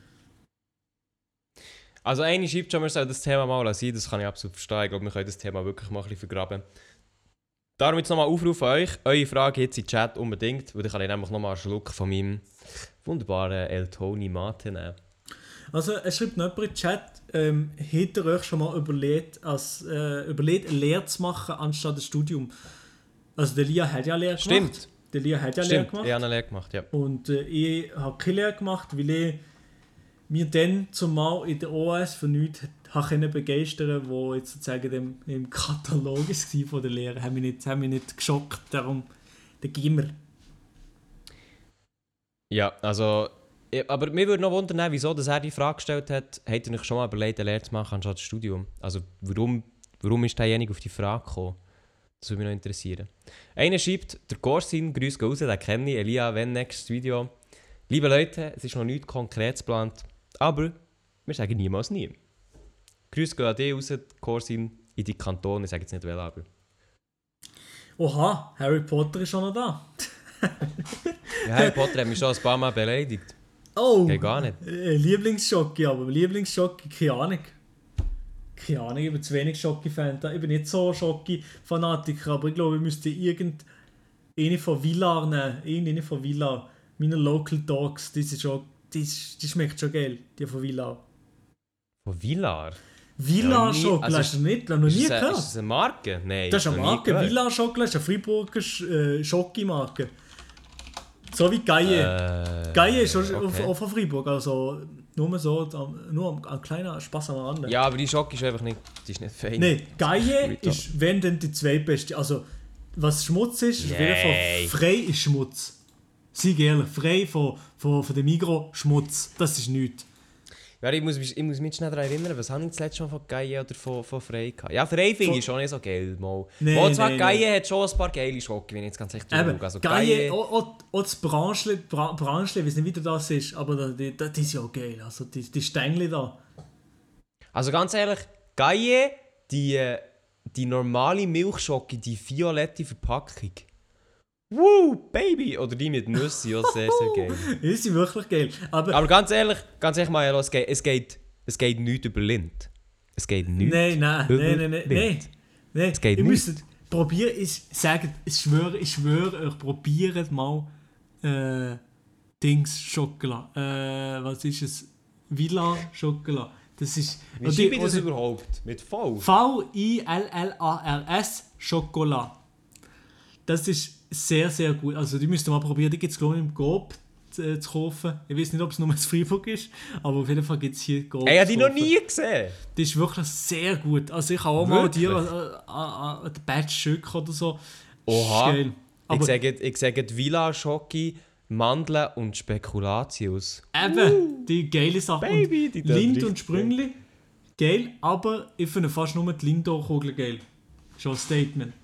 Also eine schreibt schon, wir sollen das Thema mal sein, das kann ich absolut verstehen. Ich glaube, wir können das Thema wirklich mal ein bisschen vergraben. Darum jetzt nochmal Aufruf an euch. Eure Frage jetzt in den Chat unbedingt, weil dann kann ich nämlich nochmal einen Schluck von meinem wunderbaren El Toni Mate nehmen. Also es schreibt noch jemand in den Chat, ähm, hättet ihr euch schon mal überlegt, als, äh, überlegt, eine Lehre zu machen anstatt ein Studium? Also der Lia hat ja eine Lehre Stimmt. gemacht. Der Lia hat ja eine Stimmt, Lehre gemacht. ich habe eine Lehre gemacht, ja. Und äh, ich habe keine Lehre gemacht, weil ich mir dann zumal in der O S für nichts habe begeistern, wo jetzt sozusagen im, im Katalog war von der Lehre, haben mich nicht, haben mich nicht geschockt, darum der Gimmer. Ja, also, ich, aber mich würde noch wundern, wieso dass er die Frage gestellt hat, hat er euch schon mal überlegt, eine Lehre zu machen anstatt das Studium? Also, warum, warum ist derjenige auf die Frage gekommen? Das würde mich noch interessieren. Einer schreibt, der Corsin, Grüße gehen raus, den kenne ich, Elia, wenn nächstes Video. Liebe Leute, es ist noch nichts Konkretes geplant, aber wir sagen niemals nie. Grüße gehen an dich raus, Corsin, in die Kantone, ich sage jetzt nicht wel, aber... Oha, Harry Potter ist schon noch da. Ja, Harry Potter hat mich schon ein paar Mal beleidigt. Oh, Geht gar nicht. Äh, Lieblingsschocke, aber Lieblingsschocke, keine Ahnung. Keine Ahnung, ich bin zu wenig Schocke-Fan. Ich bin nicht so Schocke-Fanatiker, aber ich glaube, ich müsste irgendeine von Villar nehmen. Irgendeine von Villar. Meine Local Dogs, die, sind schon, die, die schmeckt schon geil, die von Villar. Von Villar? Villar Ja, nie- Schokolade, also hast du nicht, noch nie Ist das, eine, gehört? ist das eine Marke? Nein. Das ist eine noch nie Marke, gehört. Villar Schokolade ist eine Freiburger Sch- äh, Schoki-Marke. So wie Gaille. Äh, Gaille ist auch, okay. auch von Freiburg, also nur so, nur ein kleiner Spaß am Rande. Ja, aber die Schoki ist einfach nicht, die ist nicht fein. Nein, Gaille Retard. ist, wenn dann die zweitbeste. Also, was Schmutz ist, ist auf jeden Fall Nein. frei ist Schmutz. Sei ehrlich, frei von, von, von dem Migros Schmutz, das ist nichts. Ja, ich, muss, mich- ich muss mich schnell daran erinnern, was habe ich das letzte Mal von Gaille oder von, von Frey gehabt? Ja, Frey finde Von- ich schon nicht so geil. Mal. Nee, Mal zwar nee, Gaille hat schon ein paar geile Schoki, wenn ich jetzt ganz echt Eben, schaue. Also Gaille, auch, auch, auch das Branschle, Bra, Branschle, ich weiß nicht, wie das ist, aber da- die, die, die ist ja auch geil. Also, die, die Stängel da. Also ganz ehrlich, Gaille, die, äh, die normale Milchschoki, die violette Verpackung. Woo, Baby! Oder die mit Nüsse, ja, sehr, sehr geil. Die sind wirklich geil. Aber, Aber ganz ehrlich, ganz ehrlich, Maelo, es geht, es geht, es geht nicht über Lind. Es geht nicht nein, nein, über nein, nein, nein, nein. Lind. nein. Es geht Ihr nicht. müsst probieren, ich sage, ich schwöre, ich schwöre euch, probiert mal äh, Dings Schokolade. Äh, was ist es? Villa Schokolade. Das ist. Wie schreibe ich das oder- überhaupt? Mit V? V I L L A R S Schokolade. Das ist sehr, sehr gut. Also die müsst ihr mal probieren. Die gibt es glaube ich im Coop äh, zu kaufen. Ich weiß nicht, ob es nur in Freiburg ist, aber auf jeden Fall gibt es hier Coop. Ey, ich habe zu die noch kaufen. nie gesehen. Die ist wirklich sehr gut. Also ich habe auch mal Wirklich? dir ein Batch-Stück oder so. Oha. Ist geil. Ich Aber sage, ich sage Villa, Schoki, Mandeln und Spekulatius. eben, die geile Sache. Baby, die und tun Lind richtig und Sprüngli, geil, aber ich finde fast nur die Lindor-Kugel geil. Schon ein Statement.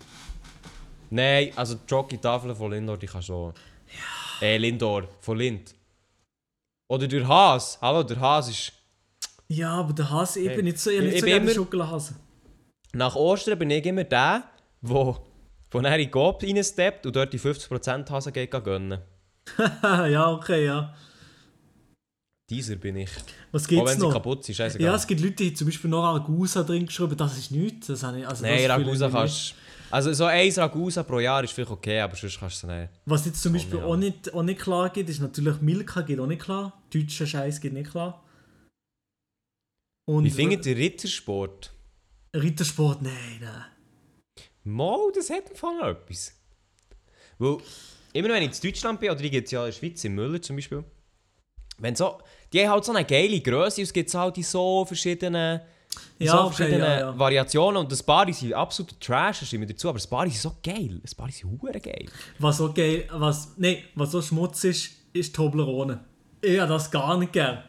Nein, also die Schoki-Tafel von Lindor, die kann schon... Ja. Äh, Lindor, von Lind. Oder der Haas. Hallo, der Haas ist... Ja, aber der Hase, ich Hey. bin nicht so, ich, Ich- nicht ich so bin gerne immer- Schokoladehase. Nach Ostern bin ich immer der, wo, wo dann in den Coop reinsteppt und dort die fünfzig Prozent Hase geht gönnen. Ja, okay, ja. Dieser bin ich. Was Auch gibt's wenn sie noch? kaputt sind, scheißegal. Ja, es gibt Leute, die zum Beispiel noch Ragusa drin geschrieben, das ist nichts. Das habe ich, also Nein, das fühle Ragusa ich kannst Also so ein Ragusa pro Jahr ist vielleicht okay, aber sonst kannst du es nicht. Was jetzt zum Beispiel ja. auch nicht, auch nicht klar geht, ist natürlich Milka geht auch nicht klar. Deutscher Scheiß geht nicht klar. Und Wie findet ihr Rittersport? Rittersport? Nein, nein. Mal, das hat im Fall noch etwas. Weil, immer wenn ich in Deutschland bin, oder die gibt es ja in der Schweiz, in Müller zum Beispiel, wenn so, die haben halt so eine geile Grösse, es gibt halt in so verschiedenen, in Ja, so okay, verschiedenen ja, ja. Variationen und das Bari sind absoluter Trash, das stimmt mir dazu, aber das Bari sind so geil, das Bari sind hure geil. Was auch geil, was, nee, was so Schmutz ist, ist Toblerone. Ich habe das gar nicht gern.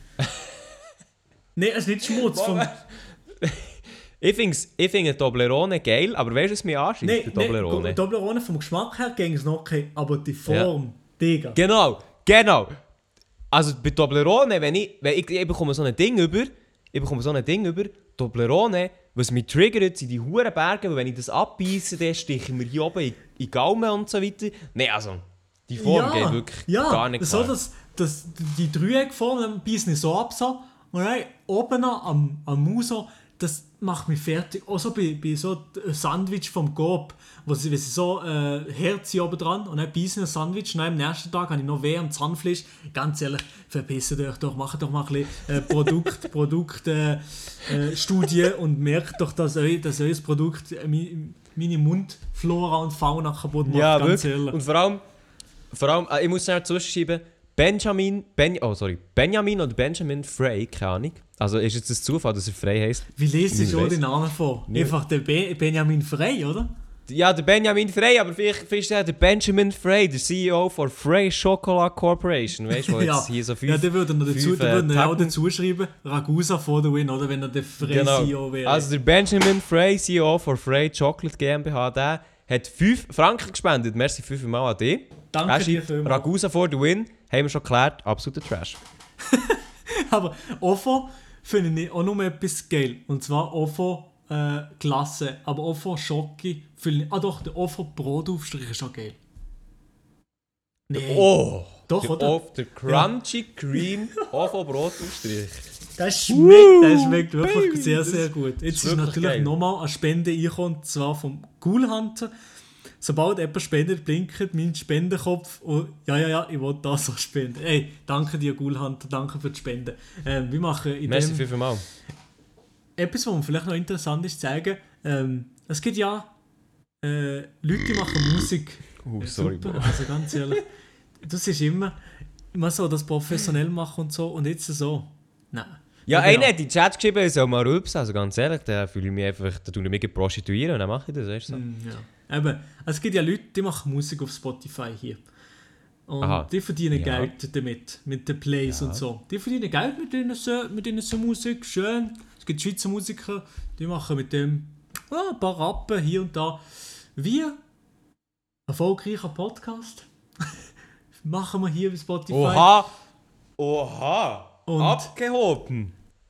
Nein, es ist nicht Schmutz. Vom, Ich finde ich find Toblerone geil, aber weißt du, was mich anschießt? nee, Nee, Toblerone. nee, Toblerone vom Geschmack her ging es noch okay, aber die Form, Digga. Genau, genau. Also bei Toblerone, wenn ich, wenn ich, ich bekomme so ein Ding über, ich bekomme so ein Ding über, Toblerone, was mich triggert, sind die huren Berge, weil wenn ich das abbeisse, dann stiche ich mir hier oben in, in die Gaumen und so weiter. Nein, also, die Form geht wirklich ja, gar nicht so klar. dass, dass die Dreieckform, dann beißen ich so ab so, und dann oben noch am, am Mund so, das macht mich fertig. Auch so bei, bei so einem Sandwich vom Coop, wo sie, wenn sie so äh, Herz oben dran und dann beißen ein Sandwich und dann am nächsten Tag habe ich noch weh am Zahnfleisch. Ganz ehrlich, verpissen euch doch, macht doch mal ein bisschen äh, Produkt, Produkt äh, äh, Studie und merkt doch, dass euer, dass euer Produkt äh, mi, meine Mundflora und Fauna kaputt macht, Ja, ganz wirklich. ehrlich. Und vor allem, vor allem äh, ich muss schnell zwischenschieben, Benjamin, ben, oh sorry, Benjamin oder Benjamin Frey, keine Ahnung. Also ist jetzt das Zufall, dass er Frey heisst. Wie lest du Ich schon weiss. den Namen vor? Ja. Einfach der Be Benjamin Frey, oder? Ja, der Benjamin Frey, aber vielleicht, vielleicht ist der Benjamin Frey, der C E O von Frey Chocolate Corporation, weißt du, wo jetzt hier so fünf, ja, der würde noch dazu, fünf, der äh, würde auch Tappen- dazu schreiben, Ragusa for the win, oder wenn er der Frey Genau. C E O wäre. Also der Benjamin Frey, C E O von Frey Chocolate GmbH, der hat fünf Franken gespendet. Merci fünfmal an dich. Danke Er dir schreibt, vielmals. Ragusa for the win, haben wir schon geklärt, absoluter Trash. Aber Ofo finde ich auch noch etwas geil. Und zwar Ofo äh, Glasse. Aber Ofo Schoki finde ich... Ah doch, der Ofo Brotaufstrich ist auch geil. Nee. Oh! Doch, der, oder? Off, der Crunchy Cream Ovo Brotaufstrich. Das schmeckt, das Woo, schmeckt wirklich baby, sehr, das sehr gut. Jetzt ist ist wirklich natürlich geil. nochmal eine Spende eingekommen, und zwar vom Ghoul Hunter. Sobald jemand spendet, blinkt mein Spendenkopf und ja, ja, ja, ich will das so spenden. Ey, danke dir, Ghoul Hunter, danke für die Spende. Ähm, wir machen in Merci dem fünfmal. etwas, was vielleicht noch interessant ist, zu sagen, ähm, es gibt ja äh, Leute, die machen Musik. Oh, Ja, sorry, super, Bro. also ganz ehrlich, das ist immer, man soll das professionell machen und so und jetzt so. Nein. Ja, Aber einer hat in den Chat geschrieben, ich soll mal rülpsen. Also ganz ehrlich, da fühle ich mich einfach, da tue ich mich prostituieren und dann mache ich das, weißt du? So. Mm, ja. Eben, es gibt ja Leute, die machen Musik auf Spotify hier. Und Aha. die verdienen Ja. Geld damit, mit den Plays Ja. und so. Die verdienen Geld mit ihnen so, mit ihnen so Musik, schön. Es gibt Schweizer Musiker, die machen mit dem ja, ein paar Rappen hier und da. Wir, erfolgreicher Podcast, machen wir hier bei Spotify. Oha! Oha! Und- Abgehoben!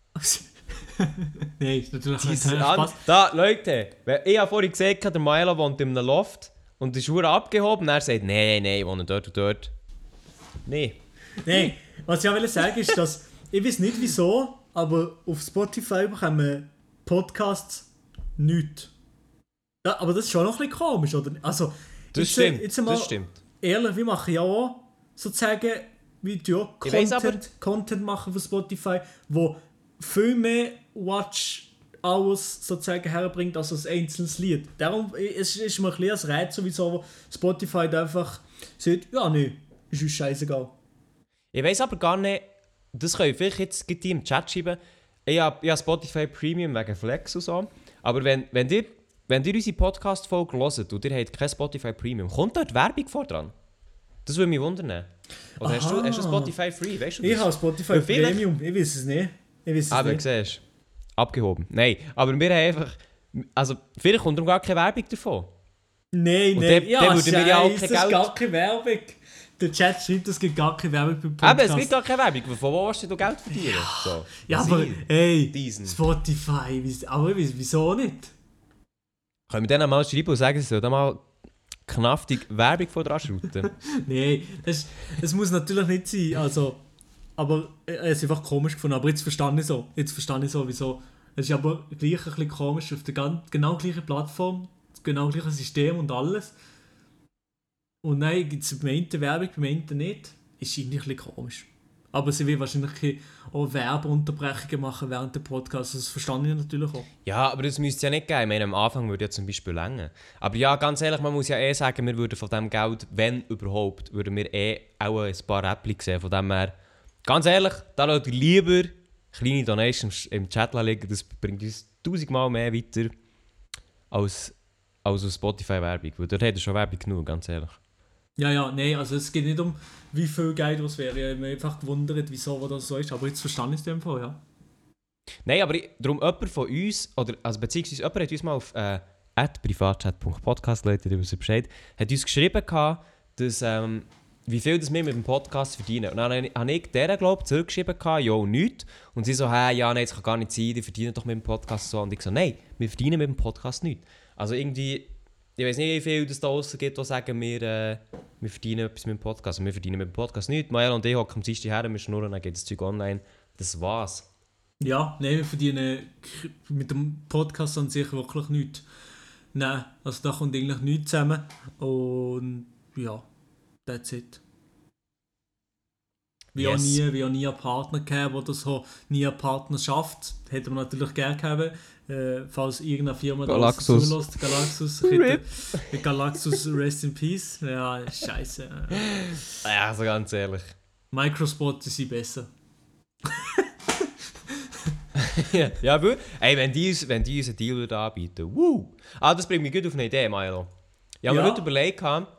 Nein, ist natürlich kein Diese Spaß. An da, Leute, wenn- ich habe vorhin gesehen, der Maelo wohnt in einem Loft und ist verdammt abgehoben. Und er sagt, nein, nein, ich wohne dort und dort. Nein. Nein, was ich auch will sagen ist, dass ich weiß nicht wieso, aber auf Spotify bekommen Podcasts nichts. Ja, aber das ist schon noch ein bisschen komisch, oder? Also, Das jetzt, stimmt, jetzt einmal das stimmt. ehrlich, wir machen ja auch sozusagen Video, Ich weiss aber- Content, Content machen für Spotify, wo viel mehr Watch Hours sozusagen herbringt als ein einzelnes Lied. Darum es ist mir ein bisschen ein Reiz sowieso, wo Spotify da einfach sagt, ja nee, ist uns scheißegal. Ich weiss aber gar nicht, das können vielleicht jetzt die im Chat schreiben. Ich habe, ich habe Spotify Premium wegen Flex und so. Aber wenn, wenn ihr, wenn ihr unsere Podcast-Folge hört und ihr habt kein Spotify Premium, kommt dort Werbung vor dran? Das würde mich wundern. Oder hast du, Aha. hast du Spotify Free? Weißt du das? Ich habe Spotify Weil vielleicht- Premium, ich weiß es nicht. Ich weiß es Aber nicht. siehst du, abgehoben. Nein, aber wir haben einfach... Also, vielleicht kommt darum gar keine Werbung davon. Nein, Und nein, dann- ja, dann würden wir ja auch Scheiße, kein das ist Geld- gar keine Werbung. Der Chat schreibt, es gibt gar keine Werbung beim Eben, Podcast. es gibt gar keine Werbung. Von wo willst du Geld verdienen? So. Ja, Was aber ich- hey, Diesen. Spotify, wieso- aber wieso wieso nicht? Können wir denen mal schreiben und sagen, sie sollen da mal knaftig Werbung von dran schrouten. Nein, das, das muss natürlich nicht sein. Also, aber es ist einfach komisch gefunden. Aber jetzt verstehe ich so. Jetzt verstehe ich so, wieso. Es ist aber gleich ein bisschen komisch auf der ganz, genau gleichen Plattform, genau gleichen System und alles. Und nein, gibt es beim einen Werbung, beim anderen nicht. Ist irgendwie ein bisschen komisch. Aber sie will wahrscheinlich auch Werbeunterbrechungen machen während dem Podcast. Das verstehe ich natürlich auch. Ja, aber das müsste es ja nicht geben. Ich meine, am Anfang würde ja zum Beispiel länger. Aber ja, ganz ehrlich, man muss ja eh sagen, wir würden von diesem Geld, wenn überhaupt, würden wir eh auch ein paar Äppchen sehen. Von dem her, ganz ehrlich, da lasst ihr lieber kleine Donations im Chat liegen. Das bringt uns tausendmal mehr weiter als, als auf Spotify-Werbung. Weil dort hat er schon Werbung genug, ganz ehrlich. Ja, ja, nein, also es geht nicht um, wie viel Geld das wäre. Ich habe mich einfach gewundert, wieso das so ist. Aber jetzt verstehe ich es in dem Fall, ja. Nein, aber ich, darum jemand von uns, oder also beziehungsweise jemand hat uns mal auf äh, at privatchat punkt podcast, Leute, die wissen Bescheid, hat uns geschrieben, dass, ähm, wie viel das wir mit dem Podcast verdienen. Und dann habe ich deren, glaube ich, zurückgeschrieben, ja, nichts. Und sie so, hey, ja, nein, das kann gar nicht sein, die verdienen doch mit dem Podcast so. Und ich so, nein, wir verdienen mit dem Podcast nichts. Also irgendwie... Ich weiß nicht, wie viel es da draussen gibt, die sagen, wir, äh, wir verdienen etwas mit dem Podcast. Und wir verdienen mit dem Podcast nichts. Mael und ich hocken am Dienstag her, wir schnurren, dann geht das Zeug online. Das war's. Ja, nein, wir verdienen mit dem Podcast an sich wirklich nichts. Nein, also da kommt eigentlich nichts zusammen. Und ja, that's it. Wie Yes. auch nie, wie auch nie einen Partner gehabt oder so, nie eine Partnerschaft. Hätte man natürlich gerne gehabt. Äh, falls irgendeine Firma Galaxus. das zulässt, Galaxus, hätte, Galaxus Rest in Peace. Ja, scheiße. Ja, also ganz ehrlich. Microspot sind besser. ja, ja, aber ey, wenn die, uns- wenn die uns einen Deal würden anbieten, wuh! Ah, das bringt mich gut auf eine Idee, Milo. Ich habe Ja. mir heute überlegt,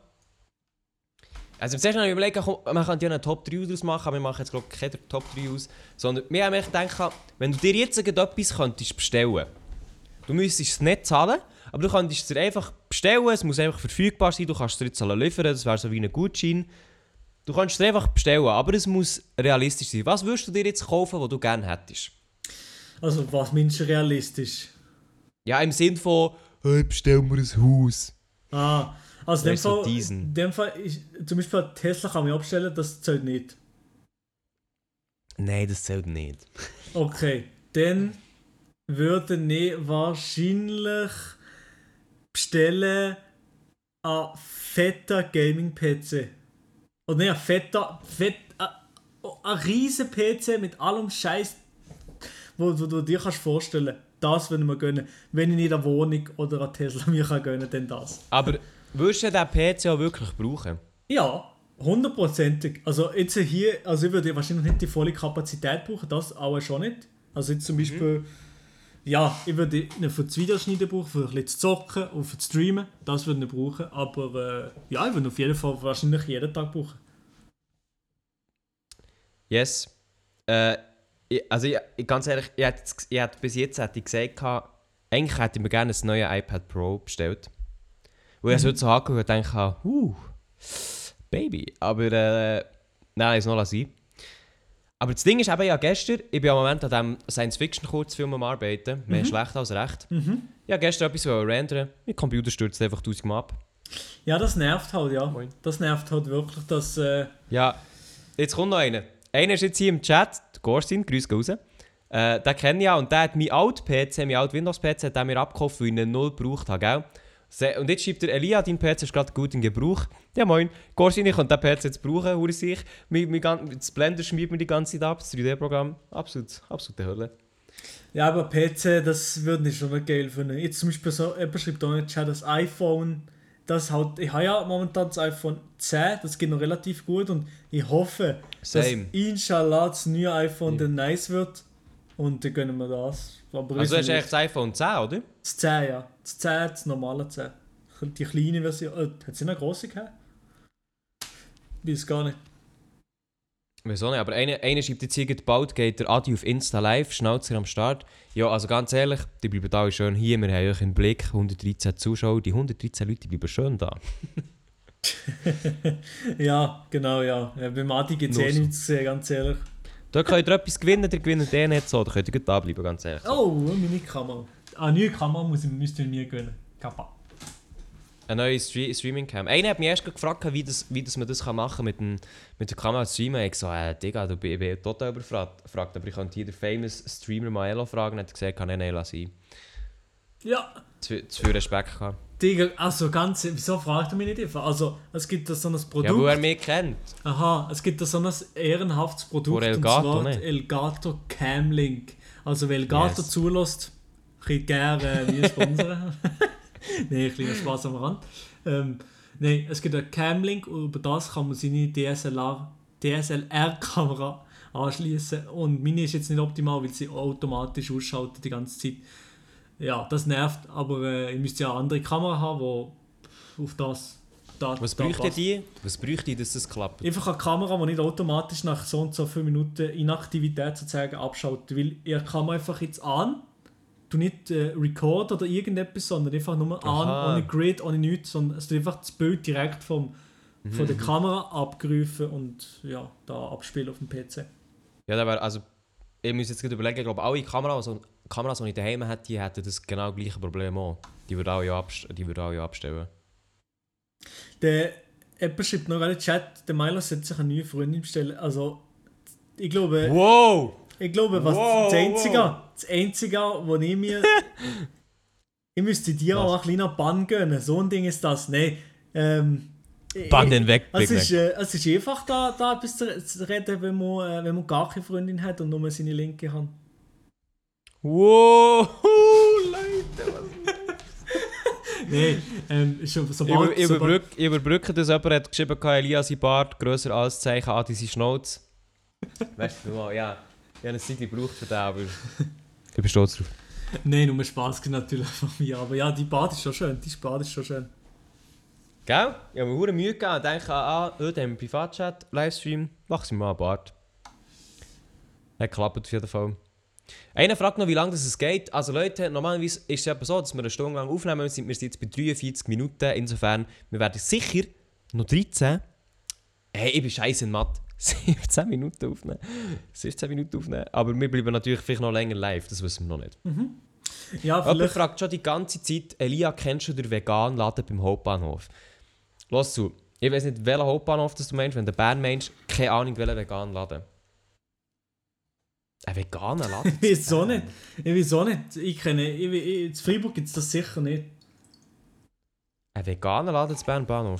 also zuerst habe ich überlegt, komm, man könnte ja einen Top drei daraus machen, aber wir machen jetzt glaube ich keine Top drei aus, sondern wir haben echt gedacht, wenn du dir jetzt etwas könntest bestellen, du müsstest es nicht zahlen, aber du könntest es dir einfach bestellen, es muss einfach verfügbar sein, du kannst es dir jetzt liefern, das wäre so wie ein Gutschein. Du kannst es dir einfach bestellen, aber es muss realistisch sein. Was würdest du dir jetzt kaufen, was du gerne hättest? Also, was meinst du realistisch? Ja, im Sinn von, hey, bestell mir ein Haus. Ah, also in dem Weißt du, Fall, diesen. in dem Fall ist, zum Beispiel Tesla kann man abstellen, das zählt nicht. Nein, das zählt nicht. Okay, dann würde ich wahrscheinlich bestellen einen fetter Gaming-P C. Oder nicht, ein fetter, fett, ein, ein riesen P C mit allem Scheiß, wo, wo du dir kannst vorstellen. Das würde ich mir gönnen. Wenn ich nicht eine Wohnung oder eine Tesla mir kann gönnen, dann das. Aber würdest du den P C auch wirklich brauchen? Ja, hundertprozentig. Also jetzt hier, also ich würde wahrscheinlich nicht die volle Kapazität brauchen, das auch schon nicht. Also jetzt zum Beispiel, ja, ich würde ihn für das Videoschneiden brauchen, für ein bisschen zu zocken und für das Streamen, das würde ich brauchen. Aber äh, ja, ich würde ihn auf jeden Fall wahrscheinlich jeden Tag brauchen. Yes. Äh, ich, also ich, ich, ganz ehrlich, ich hätte, ich hätte bis jetzt hätte ich gesagt, eigentlich hätte ich mir gerne ein neues iPad Pro bestellt. Wo ich es heute so angeschaut und dachte, uh, Baby. Aber äh, nein, es noch sein. Aber das Ding ist eben, ja gestern, ich bin im Moment an diesem Science-Fiction-Kurzfilm am Arbeiten, mehr schlecht als recht. Mhm. Ich habe gestern etwas rendern, mein Computer stürzt einfach tausendmal ab. Ja, das nervt halt, ja. Moin. Das nervt halt wirklich, dass... Äh, Ja, jetzt kommt noch einer. Einer ist jetzt hier im Chat, der Gorsin, grüß raus. Äh, den kenne ich ja und der hat mein alten P C, mein alten Windows-P C, hat er mir abgekauft, weil ich ihn null gebraucht habe, gell? Se- Und jetzt schreibt der Elia, dein P C ist gerade gut in Gebrauch. Ja moin, Gorsin, ich kann den P C jetzt brauchen, hure sich. Mein, mein, gan- das Blender schmiert mir die ganze Zeit ab, das drei D-Programm. Absolut, absolute Hölle. ja, aber P C, das würde ich schon nicht geil finden. Jetzt zum Beispiel so, jemand schreibt auch nicht, das iPhone, das halt, ich habe ja momentan das iPhone zehn, das geht noch relativ gut und ich hoffe, Same. dass inshallah das neue iPhone Ja. dann nice wird und dann gönnen wir das. Aber Also ich- hast du eigentlich das iPhone zehn, oder? das zehn, ja. Das zehn, das normale zehn. Die kleine Version, äh, hat sie eine grosse gehabt? Ich weiß gar nicht. Wieso nicht? Aber einer, einer schreibt jetzt hier, bald geht der Adi auf Insta live, Schnauzer am Start. Ja, also ganz ehrlich, die bleiben alle schön hier. Wir haben euch im Blick, hundertdreizehn Zuschauer. Die hundertdreizehn Leute die bleiben schön da. Ja, genau, ja. ja beim Adi gibt es Nur eh so. nichts zu sehen, ganz ehrlich. Da könnt ihr etwas gewinnen, ihr gewinnt eh nicht so. Da könnt ihr gut da bleiben, ganz ehrlich. Oh, meine Kamera. Ah, neue Kamera muss ich, müsst ihr mir gönnen. Kappa. Eine neue Stre- Streaming-Cam. Einer hat mich erst gefragt, wie, das, wie das man das kann machen kann mit, dem, mit der Kamera streamen. Ich so, äh, Digga, du bin, bin total überfragt. Aber ich könnte hier den famous Streamer Maelo fragen. Er hat gesagt, kann ich nicht sein. Ja. Zu, zu viel Respekt gehabt. Digga, also ganz, wieso fragt er mich nicht einfach? Also, es gibt da so ein Produkt. Ja, wo er mich kennt. Aha, es gibt da so ein ehrenhaftes Produkt. Vor Elgato, und zwar ne? die Elgato Camlink. Also, wer Elgato Yes. zulässt, kann gerne äh, wir sponsern. Nein, kleiner Spaß am Rand. Ähm, Nein, es gibt einen Camlink und über das kann man seine D S L R-Kamera anschließen. Und meine ist jetzt nicht optimal, weil sie automatisch ausschaltet die ganze Zeit. Ja, das nervt, aber äh, ich müsste ja eine andere Kamera haben, die auf das. Da, Was da bräuchte passt. die? Was bräuchte die, dass das klappt? Einfach eine Kamera, die nicht automatisch nach so und so vielen Minuten Inaktivität sozusagen abschaltet. Weil ihr kann einfach jetzt an, du nicht äh, record oder irgendetwas, sondern einfach nur Aha. an, ohne Grid, ohne nichts, sondern es wird einfach das Bild direkt vom, Mhm. von der Kamera abgerufen und ja, da abspielen auf dem P C. Ja, aber also, ich muss jetzt gerade überlegen, ich glaube, alle Kameras, also Kameras, die ich daheim hätte, die hätten das genau gleiche Problem auch. Die würden alle, abst- die würden alle abstellen. Der jemand schreibt noch in den Chat, der Milo sollte sich eine neue Freundin bestellen. Also, ich glaube, Wow! ich glaube was Wow, das Einzige, wow. das Einzige, wo ich mir... ich müsste dir Was? auch ein kleiner Bann gönnen. So ein Ding ist das. Nein. Ähm, Bann den weg, Es Big ist, äh, es ist einfach da, da etwas zu zu reden, wenn man, äh, wenn man gar keine Freundin hat und nur seine linke Hand. Wow! Leute, was? Nein, ähm, schon, Ich, sobald, über, ich, sobald, überbrück, ich überbrücke das, jemand hat geschrieben, Elias sein Bart grösser als Zeichen an diese Schnauze. Weißt du, mal, ja, ich habe eine Zeit gebraucht für den, aber ich bin stolz drauf. Nein, nur Spaß natürlich von mir. Aber ja, die Bad ist schon schön. Die Bad ist schon schön. Gell? Ich habe mir verdammt Mühe gegeben und denke, ah, heute haben wir Privatchat, Livestream, mach sie mal einen Bart. Hat geklappt auf jeden Fall. Einer fragt noch, wie lange das es geht. Also Leute, normalerweise ist es eben so, dass wir eine Stunde lang aufnehmen. Wir sind, wir sind jetzt bei dreiundvierzig Minuten. Insofern, wir werden sicher noch dreizehn. Hey, ich bin scheiße in Mathe. siebzehn Minuten aufnehmen. siebzehn Minuten aufnehmen. Aber wir bleiben natürlich vielleicht noch länger live, das wissen wir noch nicht. Ja, Jemand vielleicht. fragt schon die ganze Zeit, Elia, kennst du den veganen Laden beim Hauptbahnhof? Lass zu, ich weiß nicht, welchen Hauptbahnhof das du meinst. Wenn du Bern meinst, keine Ahnung, welchen veganen Laden. Ein veganer Laden? Ich weiß auch nicht. Ich weiß auch nicht. Ich kenne. Ich, ich, in Freiburg gibt es das sicher nicht. Ein veganer Laden zu Bern Bahnhof?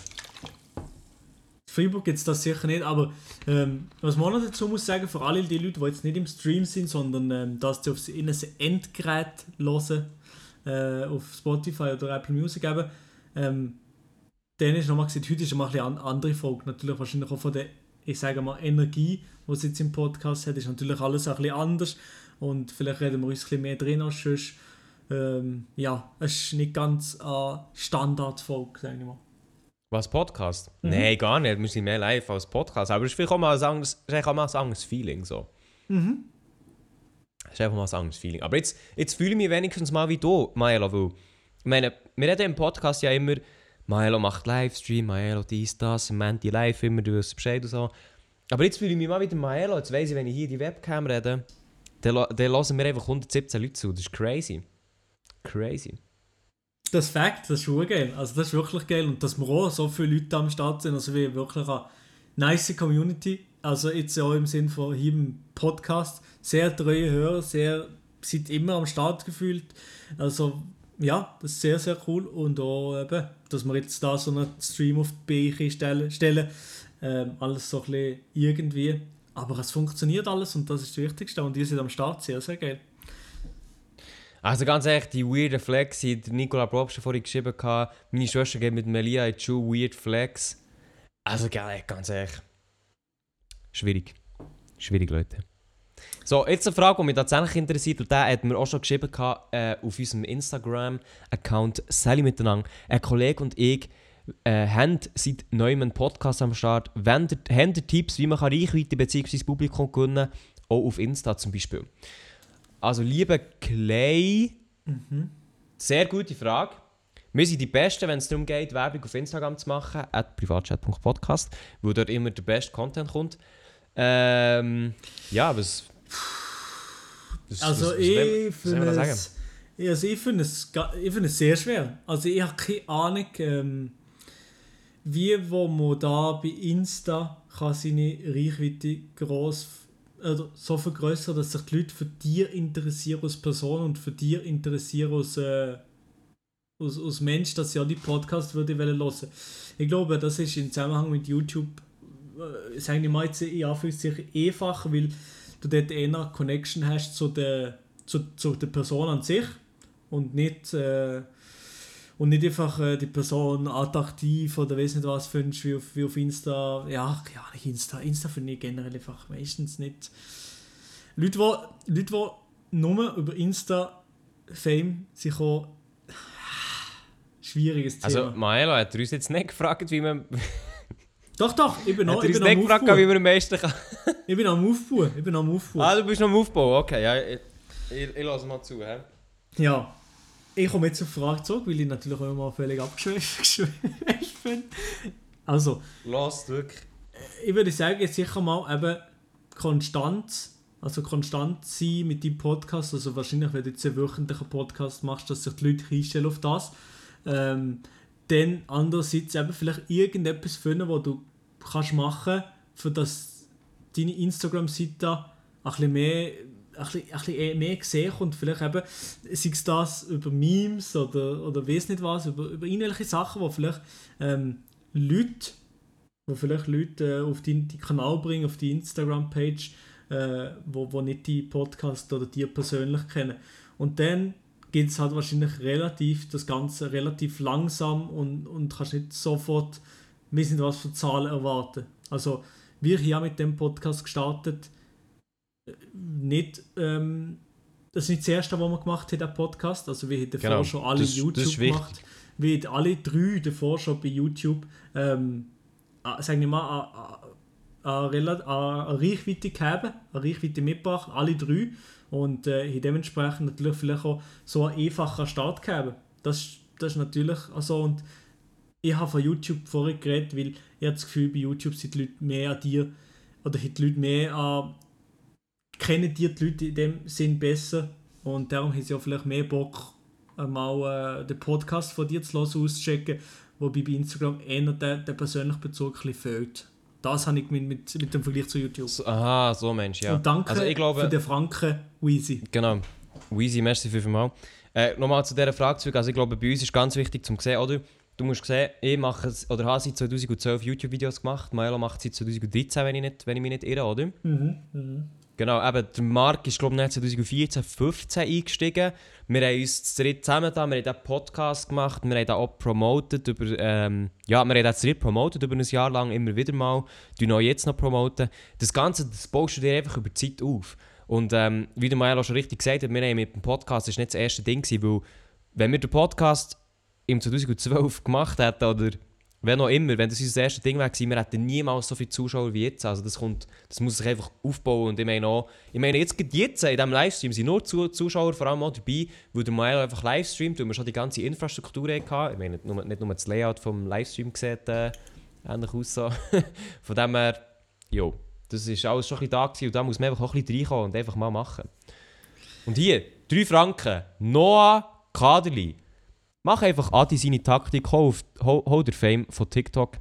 In Freiburg gibt es das sicher nicht. Aber ähm, was man noch dazu muss sagen, für alle die Leute, die jetzt nicht im Stream sind, sondern ähm, dass sie auf ihnen ein Endgerät hören, äh, auf Spotify oder Apple Music eben, ähm, denen ist nochmal gesagt, heute ist mal ein bisschen eine andere Folge. Natürlich wahrscheinlich auch von der, ich sage mal, Energie, die es jetzt im Podcast hat, ist natürlich alles ein bisschen anders. Und vielleicht reden wir uns ein bisschen mehr drin als sonst. Ähm, ja, es ist nicht ganz eine Standardfolge, sage ich mal. Was, Podcast? Mhm. Nein, gar nicht. Wir sind mehr live als Podcast. Aber es ist vielleicht auch mal ein anderes, es ist eigentlich auch mal ein anderes Feeling. So. Mhm. Es ist einfach mal ein anderes Feeling. Aber jetzt, jetzt fühle ich mich wenigstens mal wie du, Maelo. Weil, ich meine, wir reden im Podcast ja immer, Maelo macht Livestream, Maelo dies, das, im Menti live immer, du wirst Bescheid und so. Aber jetzt fühle ich mich mal wieder Maelo. Jetzt weiss ich, wenn ich hier in die Webcam rede, dann, dann hören mir einfach hundertsiebzehn Leute zu. Das ist crazy. Crazy. Das Fakt, das ist schon geil. Also das ist wirklich geil. Und dass wir auch so viele Leute am Start sind, also wie wirklich eine nice Community. Also jetzt auch im Sinn von hier im Podcast. Sehr treue Hörer, sehr, sind immer am Start gefühlt. Also ja, das ist sehr, sehr cool. Und auch eben, dass wir jetzt da so einen Stream auf die Beine stellen. stellen. Ähm, alles so ein bisschen irgendwie. Aber es funktioniert alles und das ist das Wichtigste. Und ihr seid am Start, sehr, sehr geil. Also ganz ehrlich, die weirden Flex, die der Nicola Probst vorhin geschrieben hat, meine Schwester geht mit Melia in die Schule, weird Flex. Also ganz ehrlich, schwierig. Schwierig, Leute. So, jetzt eine Frage, die mich tatsächlich interessiert, und der hat mir auch schon geschrieben gehabt, äh, auf unserem Instagram-Account Sally miteinander. Ein Kollege und ich äh, haben seit neuem einen Podcast am Start. Wenn ihr, habt ihr Tipps, wie man Reichweite bzw. Publikum gewinnen kann, auch auf Insta zum Beispiel. Also, lieber Clay, Mhm. sehr gute Frage. Wir sind die Besten, wenn es darum geht, Werbung auf Instagram zu machen, at privatchat punkt podcast, wo dort immer der beste Content kommt. Ähm, ja, was... was Also was, was ich will- was für soll man da ein, sagen? Also ich finde es, ga- ich finde es sehr schwer. Also ich habe keine Ahnung, ähm, wie wo man da bei Insta kann seine Reichweite gross oder so vergrößern, dass sich die Leute für dich interessieren als Person und für dich interessieren als, äh, als, als Mensch, dass sie auch die Podcast würde hören wollen. Ich glaube, das ist im Zusammenhang mit YouTube, äh, sagen die mal jetzt in Anführungszeichen einfacher, weil du dort eher eine Connection hast zu der, zu, zu der Person an sich und nicht, äh, und nicht einfach äh, die Person attraktiv oder weiss nicht was findest wie auf, wie auf Insta. Ja, ja, nicht Insta. Insta finde ich generell einfach meistens nicht. Leute, die, Leute, die nur über Insta Fame sich auch schwieriges Thema. Also, Maelo hat er uns jetzt nicht gefragt, wie man... Doch, doch, ich bin hat noch, er ich uns bin nicht am gefragt, Aufbauen. wie man am meisten kann... Ich bin am Aufbauen. Ich bin am Aufbauen. Ah, du bist noch am Aufbau, okay. Ja, ich, ich, ich lasse mal zu, hä? Ja. Ich komme jetzt auf die Frage zurück, weil ich natürlich auch immer mal völlig abgeschweift bin. Also, Lass wirklich. ich würde sagen, jetzt sicher mal eben konstant, also konstant sein mit deinem Podcast. Also wahrscheinlich, wenn du jetzt einen wöchentlichen Podcast machst, dass sich die Leute einstellen auf das. Ähm, dann andererseits eben vielleicht irgendetwas finden, was du kannst machen, für das deine Instagram-Seite ein bisschen mehr, ein bisschen, ein bisschen mehr gesehen kommt. Vielleicht eben, sei es das über Memes oder, oder weiss nicht was, über, über irgendwelche Sachen, wo vielleicht ähm, Leute, wo vielleicht Leute äh, auf deinen die Kanal bringen, auf die Instagram-Page, äh, wo, wo nicht die Podcast oder die persönlich kennen. Und dann geht es halt wahrscheinlich relativ, das Ganze relativ langsam und, und kannst nicht sofort, weiss nicht was für Zahlen erwarten. Also wir hier mit dem Podcast gestartet, nicht, ähm, das ist nicht das erste, was wir gemacht haben, der Podcast. Also wir haben davor Genau, schon alle das- das YouTube ist wichtig. gemacht. Wir haben alle drei davor schon bei YouTube, ähm, äh, sagen wir mal, eine, eine, eine Reichweite gehabt, eine Reichweite mitgebracht, alle drei. Und äh, haben dementsprechend natürlich vielleicht auch so einen einfachen Start gehabt. Das, das ist natürlich so. Und ich habe von YouTube vorher geredet, weil ich habe das Gefühl, bei YouTube sind die Leute mehr an dir, oder haben die Leute mehr an, kennen dir die Leute in dem Sinn besser. Und darum haben sie auch vielleicht mehr Bock, mal äh, den Podcast von dir zu hören, auszuchecken, wobei bei Instagram eher der, der persönliche Bezug ein bisschen fehlt. Das habe ich mit, mit, mit dem Vergleich zu YouTube. So, aha, so Mensch, ja. Und danke Also ich glaube, für den Franken, Weezy. Genau. Weezy, merci fünfmal. Äh, Nochmal zu dieser Frage zurück. Also ich glaube, bei uns ist ganz wichtig zu sehen, oder? Du musst sehen, ich mache es, oder habe seit zwanzig zwölf YouTube-Videos gemacht. Maelo macht seit zwanzig dreizehn, wenn ich, nicht, wenn ich mich nicht irre, oder? Mhm, mhm. Genau, eben, der Marc ist, glaube ich, zwanzig vierzehn, fünfzehn eingestiegen. Wir haben uns zu dritt zusammen da, wir haben diesen Podcast gemacht, wir haben den auch promotet über, ähm, ja, wir haben den zu dritt promotet über ein Jahr lang, immer wieder mal, die noch jetzt noch promoten. Das Ganze, das baust du dir einfach über die Zeit auf. Und ähm, wie der Maelo schon richtig gesagt hat, wir haben mit dem Podcast, das war nicht das erste Ding, weil wenn wir den Podcast im zwanzig zwölf gemacht hätten, oder wenn auch immer, wenn das unser erstes Ding wäre, wir hätten niemals so viele Zuschauer wie jetzt. Also das, kommt, das muss sich einfach aufbauen. Und ich meine auch, ich meine jetzt, jetzt in diesem Livestream sind nur Zuschauer vor allem auch dabei, weil der Maelo einfach livestreamt, weil wir schon die ganze Infrastruktur hatten. Ich meine, nicht nur, nicht nur das Layout vom Livestream sieht äh, ähnlich aus. So. Von dem her, jo, das ist alles schon ein bisschen da gewesen, und da muss man einfach auch ein bisschen reinkommen und einfach mal machen. Und hier, drei Franken, Noah Kaderli. Mach einfach Adi seine Taktik, hol, auf, hol, hol der Fame von TikTok.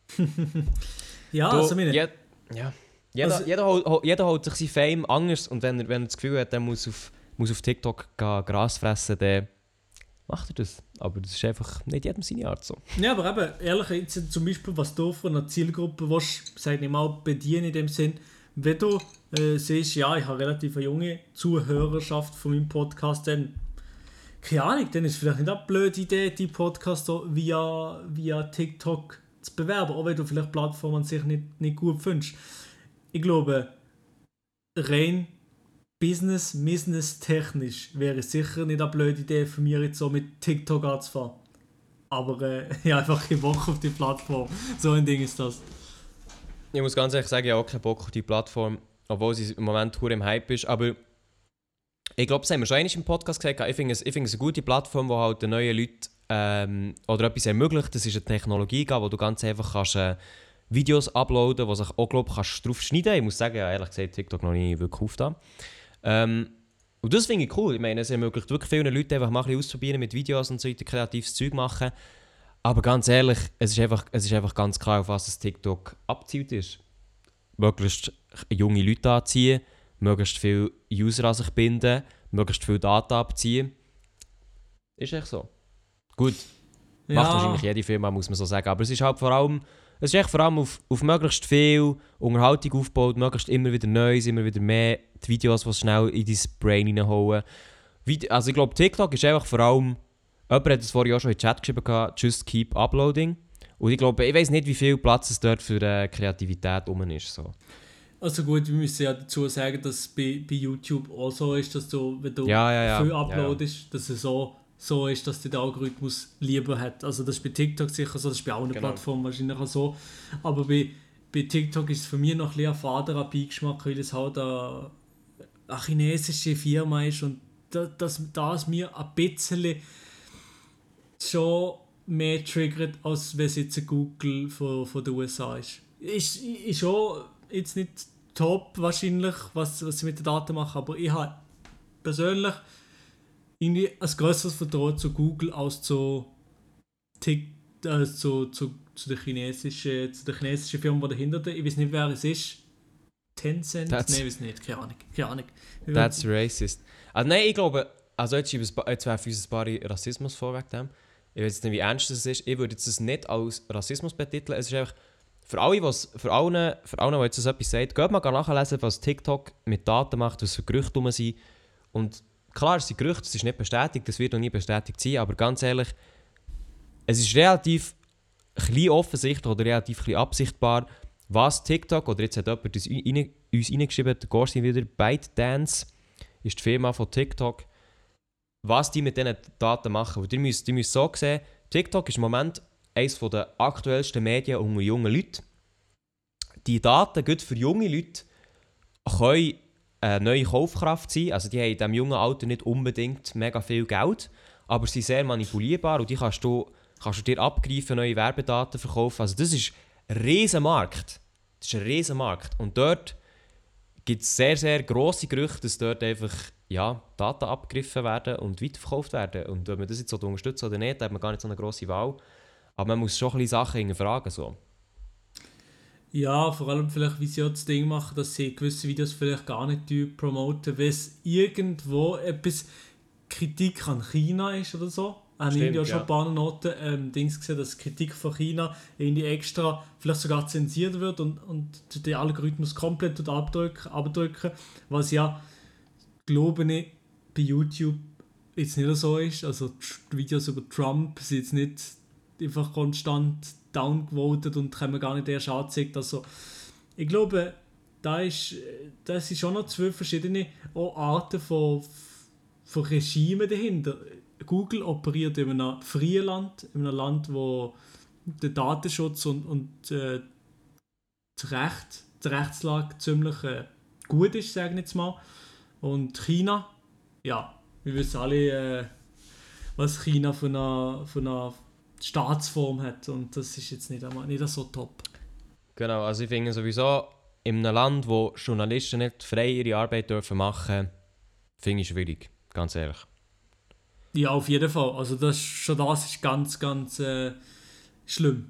Ja, Du, also meine, je, ja. Jeder, Also- jeder, holt, hol- jeder holt sich sein Fame anders, und wenn er, wenn er das Gefühl hat, er muss auf, muss auf TikTok gehen, Gras fressen, dann macht er das. Aber das ist einfach nicht jedem seine Art so. ja, aber eben, ehrlich, jetzt zum Beispiel, was du von einer Zielgruppe willst, sag ich mal, bedienen in dem Sinn, wenn du äh, siehst, ja, ich habe relativ eine junge Zuhörerschaft von meinem Podcast, dann, keine Ahnung, dann ist es vielleicht nicht eine blöde Idee, die Podcast auch via, via TikTok zu bewerben, auch wenn du vielleicht Plattformen an sich nicht, nicht gut findest. Ich glaube, rein Business, Business technisch wäre es sicher nicht eine blöde Idee für mich, jetzt so mit TikTok anzufahren. Aber äh, ich habe einfach keinen Bock auf die Plattform. So ein Ding ist das. Ich muss ganz ehrlich sagen, ich habe auch keinen Bock auf die Plattform, obwohl sie im Moment hure im Hype ist. Aber ich glaube, das haben wir schon einmal im Podcast gesagt. Ich finde es, ich finde es eine gute Plattform, die halt den neuen Leuten ähm, oder etwas ermöglicht. Das ist eine Technologie, wo du ganz einfach kannst, äh, Videos uploaden, die sich auch, glaube ich, kannst drauf schneiden. Ich muss sagen, ja, ehrlich gesagt, TikTok noch nie wirklich aufgetan. Ähm, Und das finde ich cool. Ich meine, es ermöglicht wirklich vielen Leuten einfach mal ein bisschen auszuprobieren mit Videos und so weiter, kreatives Zeug machen. Aber ganz ehrlich, es ist einfach, es ist einfach ganz klar, auf was das TikTok abzielt ist. Möglichst junge Leute anziehen, möglichst viele User an sich binden, möglichst viel Daten abziehen. Ist echt so. Gut, Ja. macht wahrscheinlich jede Firma, muss man so sagen. Aber es ist halt vor allem, es ist echt vor allem auf, auf möglichst viel Unterhaltung aufgebaut, möglichst immer wieder Neues, immer wieder mehr die Videos, die schnell in dein Brain reinhauen. Vide- Also ich glaube, TikTok ist einfach vor allem, jemand hat es vorhin auch schon in den Chat geschrieben, gehabt, just keep uploading. Und ich glaube, ich weiß nicht, wie viel Platz es dort für äh, Kreativität rum ist. So. Also gut, wir müssen ja dazu sagen, dass es bei, bei YouTube auch so ist, dass du, wenn du Ja, ja, ja. viel Ja, uploadest, dass es so, so ist, dass dir der Algorithmus lieber hat. Also das ist bei TikTok sicher so, das ist bei allen Genau. Plattformen wahrscheinlich auch so. Aber bei, bei TikTok ist es für mich noch ein bisschen ein faderer Beigeschmack, weil es halt eine, eine chinesische Firma ist und da- dass das mir ein bisschen schon mehr triggert, als wenn es jetzt ein Google von, von den U S A ist. Ist, ist schon jetzt nicht top wahrscheinlich, was, was sie mit den Daten machen, aber ich habe persönlich irgendwie ein größeres Vertrauen zu Google als zu, Tik, äh, zu, zu, zu der chinesischen, zu der chinesischen Firma, die dahinter ist. Ich weiß nicht, wer es ist. Tencent? Nein, That's- ich weiß nicht. Keine Ahnung. Keine Ahnung. That's racist. Also nein, ich glaube, also jetzt, jetzt werfe ich uns ein paar Rassismus vor wegen dem. Ich weiß jetzt nicht, wie ernst das ist. Ich würde jetzt das nicht als Rassismus betiteln. Es ist einfach, für alle, was, für alle, für alle, die jetzt so etwas sagt, geht mal nachlesen, was TikTok mit Daten macht, was für Gerüchte rum sind. Und klar, es sind Gerüchte, es ist nicht bestätigt, das wird noch nie bestätigt sein, aber ganz ehrlich, es ist relativ klein offensichtlich oder relativ klein absichtbar, was TikTok, oder jetzt hat jemand das rein, uns reingeschrieben, der Gorsi wieder, ByteDance ist die Firma von TikTok, was die mit diesen Daten machen. Und ihr müsst, ihr müsst so sehen, TikTok ist im Moment eines der aktuellsten Medien unter jungen Leuten. Die Daten, gerade für junge Leute, können eine neue Kaufkraft sein. Also die haben in diesem jungen Alter nicht unbedingt mega viel Geld, aber sie sind sehr manipulierbar und die kannst du, kannst du dir abgreifen, neue Werbedaten verkaufen. Also das ist ein riesen Markt. Das ist ein riesen Markt. Und dort gibt es sehr, sehr grosse Gerüchte, dass dort einfach ja, Daten abgegriffen werden und weiterverkauft werden. Und wenn man das jetzt so unterstützt oder nicht, hat man gar nicht so eine grosse Wahl. Aber man muss schon ein bisschen Sachen hinterfragen. So. Ja, vor allem vielleicht, wie sie auch das Ding machen, dass sie gewisse Videos vielleicht gar nicht promoten, weil es irgendwo etwas Kritik an China ist oder so. Habe ich ja schon ein paar Noten ähm, Dings gesehen, dass Kritik von China irgendwie extra vielleicht sogar zensiert wird und, und der Algorithmus komplett abdrücken, abdrücken, was ja, glaube ich, bei YouTube jetzt nicht so ist. Also die Videos über Trump sind jetzt nicht einfach konstant downgevotet und haben wir gar nicht erst angezeigt. Also ich glaube, da ist, das sind schon noch zwei verschiedene auch Arten von, von Regimen dahinter. Google operiert in einem freien Land, in einem Land, wo der Datenschutz und, und äh, das Recht, die Rechtslage ziemlich äh, gut ist, sagen wir jetzt mal. Und China, ja, wir wissen alle, äh, was China für eine, für eine Staatsform hat und das ist jetzt nicht, einmal, nicht so top. Genau, also ich finde sowieso, in einem Land, wo Journalisten nicht frei ihre Arbeit dürfen machen, finde ich schwierig, ganz ehrlich. Ja, auf jeden Fall. Also das, schon das ist ganz, ganz äh, schlimm.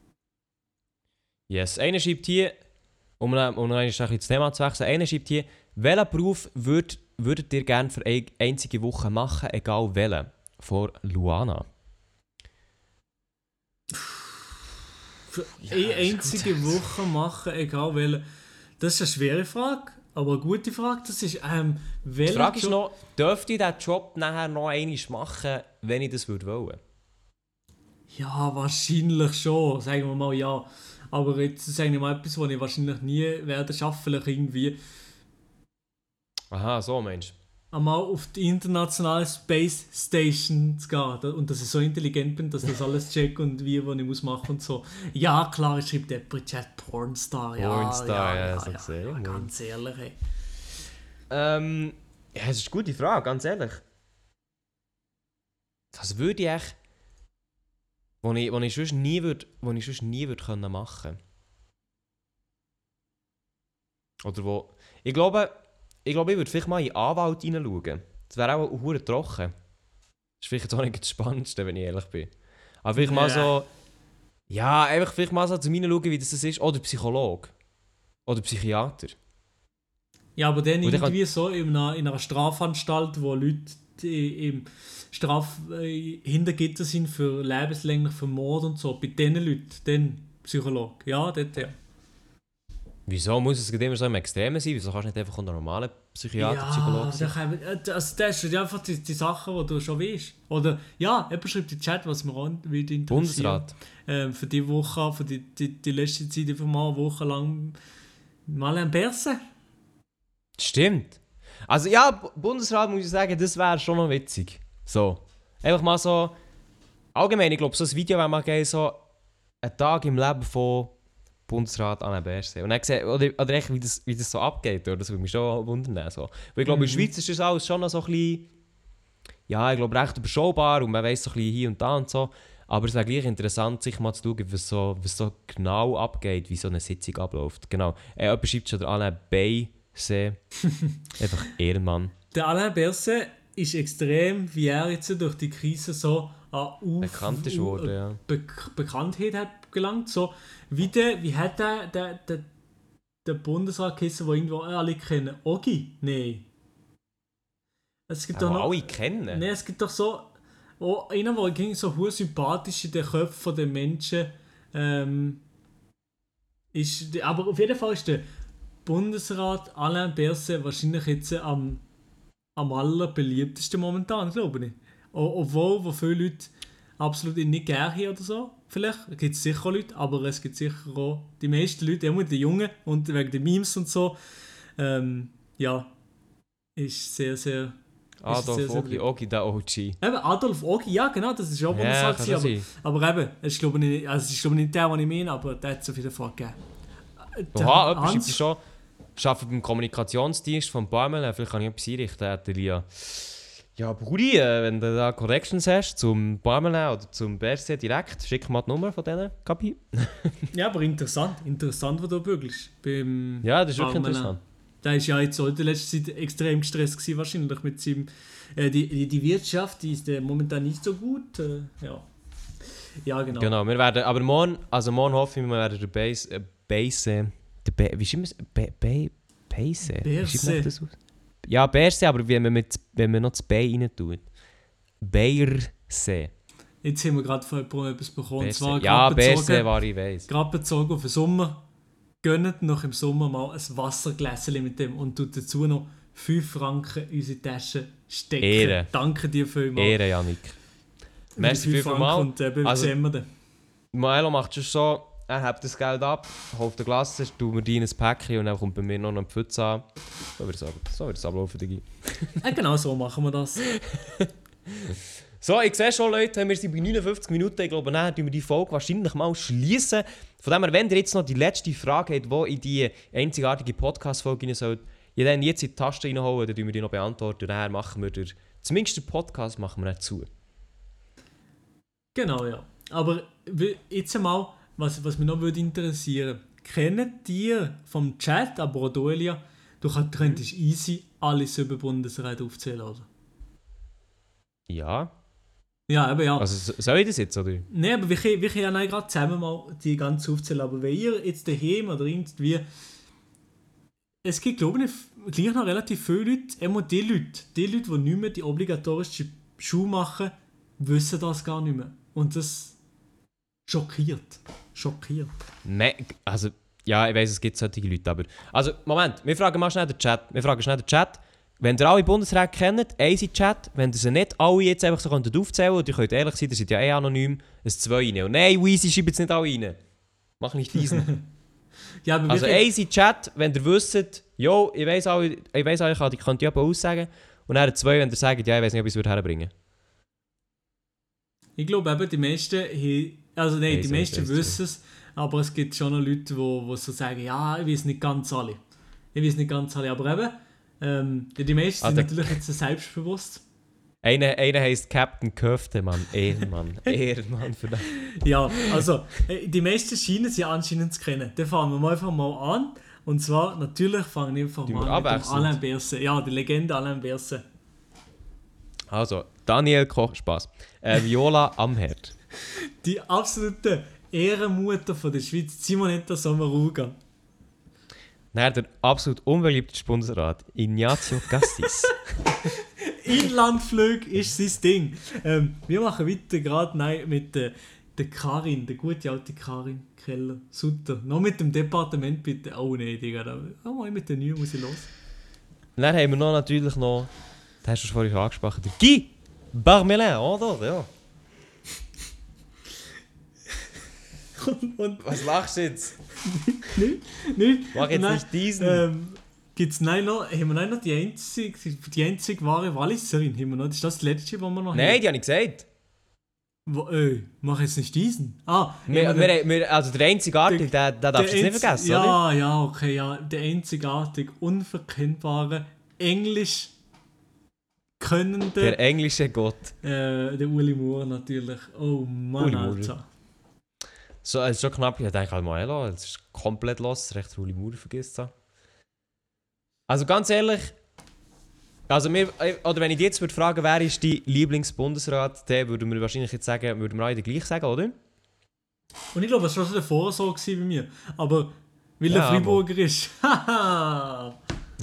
Yes, einer schreibt hier, um noch um ein bisschen das Thema zu wechseln, einer schreibt hier, welchen Beruf würd, würdet ihr gerne für eine einzige Woche machen, egal welchen? Von Luana. Für Ja, eine das ist einzige gut. Woche machen, egal welche. Das ist eine schwere Frage, aber eine gute Frage. Das ist, ähm, Die welcher Frage ist Job- noch, dürfte ich diesen Job nachher noch einmal machen, wenn ich das würde wollen? Ja, wahrscheinlich schon, sagen wir mal ja. Aber jetzt sagen wir mal etwas, was ich wahrscheinlich nie werde schaffen, vielleicht irgendwie Aha, so meinst du. einmal auf die internationale Space Station zu gehen und dass ich so intelligent bin, dass ich das alles check und wie, was ich muss machen und so. Ja, klar, ich schreibe der Chat Pornstar. Ja, Pornstar, ja, ja, so ja, gesehen, ja, Mann. ganz ehrlich. Ey. Ähm, ja, das ist eine gute Frage, ganz ehrlich. Was würde ich echt, was ich, was ich sonst nie würde, was ich sonst nie würde können machen. Oder wo, ich glaube, ich glaube, ich würde vielleicht mal in den Anwalt hineinschauen. Das wäre auch verdammt trocken. Das ist vielleicht jetzt auch nicht das Spannendste, wenn ich ehrlich bin. Aber vielleicht mal so... Ja, einfach vielleicht mal so zu mir schauen, wie das ist. Oder Psychologe. Oder Psychiater. Ja, aber dann Und dann irgendwie so in einer, in einer Strafanstalt, wo Leute die im Straf äh, Hintergitter sind für lebenslänglich für Mord und so. Bei diesen Leuten, dann Psychologe. Ja, dort ja. Wieso muss es immer so im Extremen sein? Wieso kannst du nicht einfach ein normaler Psychiater, Psychologe sein? Ja, also das sind einfach die, die Sachen, die du schon weißt. Oder ja, jemand schreibt in den Chat, was mir auch wieder interessiert. Bundesrat. Ähm, für die Woche, für die, die, die letzte Zeit einfach mal eine Woche lang mal ein Berse. Stimmt. Also ja, B- Bundesrat muss ich sagen, das wäre schon noch witzig. So. Einfach mal so... Allgemein, ich glaube, so ein Video wäre mal geil, so... Ein Tag im Leben von Bundesrat Alain Berset. Und dann sehen, oder, oder echt, wie das, wie das so abgeht. Oder? Das würde mich schon wundern. So. Weil ich glaube, Mhm. in der Schweiz ist das alles schon noch so ein bisschen... Ja, ich glaube, recht überschaubar und man weiss so ein bisschen hier und da und so. Aber es wäre gleich interessant, sich mal zu schauen, was so, was so genau abgeht, wie so eine Sitzung abläuft. Genau. Äh, jemand schreibt schon, der Alain Berset. Einfach Ehrenmann. Der Alain Berset ist extrem, wie er jetzt durch die Krise so an Auf- Bekannt ist Au- worden, ja. Be Bekanntheit hat gelangt. So, wie, der, wie hat der, der, der, der Bundesrat geheißen, den irgendwo alle kennen? Ogi? Nein. Es gibt Den doch noch... alle kennen. Nein, es gibt doch so... Oh, einer, der ging so hure sympathisch in den Köpfen der Menschen ähm, ist... Aber auf jeden Fall ist der Bundesrat Alain Berset wahrscheinlich jetzt am, am allerbeliebtesten momentan, glaube ich. O obwohl, wo viele Leute absolut ihn nicht gerne haben oder so. Vielleicht gibt es sicher Leute, aber es gibt sicher auch die meisten Leute, immer die Jungen und wegen den Memes und so. Ähm, ja, ist sehr, sehr... Adolf sehr, sehr Ogi, Ogi, der O G. Eben, Adolf Ogi, ja genau, das ist auch Ja, Bundesrat, kann gewesen, schon aber, aber eben, es ist glaube ich nicht, also es ist glaube ich nicht der, den ich meine, aber der hat es auf jeden Fall gegeben. Äh, der Oha, jemand Hans- schreibt schon, ich arbeite beim Kommunikationsdienst von Bäumel, vielleicht kann ich etwas einrichten, hat der Lia. Ja, Brudi, äh, wenn du da Connections hast zum Bäumel oder zum Berset direkt, schick mal die Nummer von denen, Kapi. Ja, aber interessant, interessant, was du bügelst. Beim Ja, das ist wirklich Baumeln. interessant. Der ist ja jetzt auch in der letzten Zeit extrem gestresst gewesen, wahrscheinlich mit seinem... Äh, die, die, die Wirtschaft, die ist äh, momentan nicht so gut. Äh, ja. ja, genau. Genau, wir werden, aber morgen, also morgen hoffe ich, wir werden den Base, äh, Base, der Be, wie schreibt man es? Be, Be, Base? Wie schreibt man das aus? Ja, Berse, aber wenn man, mit, wenn man noch das B rein tut. Berse. Jetzt haben wir gerade von jemandem etwas bekommen. Und Berse. zwar Ja, gerade Berse bezogen, war ich weiss. gerade bezogen auf den Sommer. Gönnt noch im Sommer mal ein Wassergläschen mit dem und tut dazu noch fünf Franken in unsere Tasche stecken. Ehre. Danke dir vielmals. Ehre, Janik. Merci fünf Franken vielmals. und eben, Also- also, sehen wir dann. Maelo macht es so, er hebt das Geld ab, kauft ein Glas, tut mir die in ein Päckchen und dann kommt bei mir noch eine Pfütze an. So wird es ab- so wird es ablaufen, Digi. Ja, genau so machen wir das. So, ich sehe schon, Leute, wir sind bei neunundfünfzig Minuten. Ich glaube, dann tun wir die Folge wahrscheinlich mal schließen. Von dem her, wenn ihr jetzt noch die letzte Frage habt, die in die einzigartige Podcast-Folge rein soll, ihr dann jetzt in die Taste reinholen, dann tun wir die noch beantworten. Und dann machen wir den, zumindest den Podcast machen wir nicht zu. Genau, ja. Aber wie- jetzt einmal, was, was mich noch würde interessieren, kennt ihr vom Chat, aber auch du, Elia, du könnt- könntest easy alles über Bundesrat aufzählen, oder? Ja. Ja, eben ja. Also, so- soll ich das jetzt, oder? Nein, aber wir können, wir können ja nicht gerade zusammen mal die ganze aufzählen. Aber wenn ihr jetzt daheim oder irgendwie. Es gibt, glaube ich, gleich noch relativ viele Leute, immer die Leute, die Leute, die nicht mehr die obligatorischen Schuhe machen, wissen das gar nicht mehr. Und das schockiert. Schockiert. Nein, also, ja, ich weiss, es gibt solche Leute, aber... Also, Moment, wir fragen mal schnell den Chat. Wir fragen schnell den Chat. Wenn ihr alle Bundesräte kennt, eins in den Chat. Wenn ihr sie nicht alle jetzt einfach so könnt aufzählen könnt, ihr könnt ehrlich sein, ihr seid ja eh anonym, ein zwei rein. Und nein, Weezy, schreibt jetzt nicht alle rein. Mach nicht diesen. Ja, aber Also wir- eins in den Chat, wenn ihr wisst, jo, ich weiss alle, ich weiss alle, ich kann- ich könnte ja aussagen. Und dann zwei, wenn ihr sagt, ja, ich weiss nicht, ob ich es herbringen würde. Ich glaube eben, die meisten, haben- also nein, Eins, die eins, meisten eins, wissen es, aber es gibt schon noch Leute, die wo, wo so sagen, ja, ich weiß nicht ganz alle. Ich weiß nicht ganz alle, aber eben, ähm, die, die meisten Ah, sind der- natürlich jetzt selbstbewusst. Einer, einer heisst Captain Köfte, Mann. Ehrenmann. Ehrenmann für das. Ja, also, äh, die meisten scheinen sie anscheinend zu kennen. Dann fangen wir mal einfach mal an. Und zwar, natürlich fange ich einfach Die mal wir an mit dem abwechselnd. Alain Berset. Ja, die Legende Alain Berset. Also, Daniel Koch, Spaß. Äh, Viola Amherd. Die absolute Ehrenmutter von der Schweiz, Simonetta Sommaruga. Dann der absolut unbeliebte Bundesrat, Ignazio Cassis. Inlandflug ist sein Ding. Ähm, wir machen weiter gerade nein, mit der, der Karin, der gute alte Karin Keller, Sutter. Noch mit dem Departement bitte. Oh nein, Digga, da oh, mal mit der Neuen muss ich los. Dann haben wir noch natürlich noch, das hast du vorhin schon angesprochen, der Guy Barmelin, oder? Ja. Und, und Was lachst du jetzt? nicht, nicht. Mach jetzt nein, nicht diesen. Ähm, gibt's nein noch, haben wir nein noch die einzige, die einzige wahre Walliserin? Haben wir noch? Ist das das letzte, was wir noch Nein, haben? die habe ich gesagt. Wo, äh, mach jetzt nicht diesen. Ah, Wir, haben wir wir, wir, also der Einzigartige, der, der darfst du der jetzt nicht einz- vergessen, oder? Ja, ja, okay, ja. Der einzigartig, unverkennbare, englisch könnende, Der englische Gott. äh, der Uli Moore natürlich. Oh Mann, Uli Moore. Alter. So, es ist schon knapp, ich denke halt mal, es ist komplett los, recht Uli Maurer vergisst so. Also ganz ehrlich, also mir, oder wenn ich dich jetzt würde fragen, wer ist dein Lieblingsbundesrat, dann würden wir wahrscheinlich jetzt sagen, würden wir alle gleich sagen, oder? Und ich glaube, es war schon davor so gewesen bei mir. Aber weil Ja, er Freiburger ist. Haha!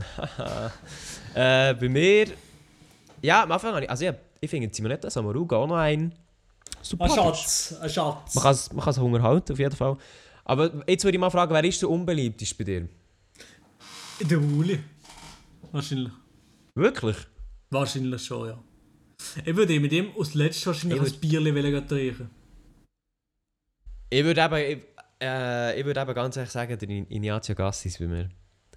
äh, bei mir, ja, am Anfang habe ich, also ja, ich finde Simonetta Sommaruga auch noch ein Ein sympathisch. Schatz, ein Schatz. Man kann es man kann's Hunger halten, auf jeden Fall. Aber jetzt würde ich mal fragen, wer ist der unbeliebteste bei dir? Der Uli. Wahrscheinlich. Wirklich? Wahrscheinlich schon, ja. Ich würde mit ihm aus letztes wahrscheinlich Ich ein würd- Bierchen wollen trinken. Ich würde eben, ich, äh, ich würde eben ganz ehrlich sagen, der In- Ignazio Cassis bei mir.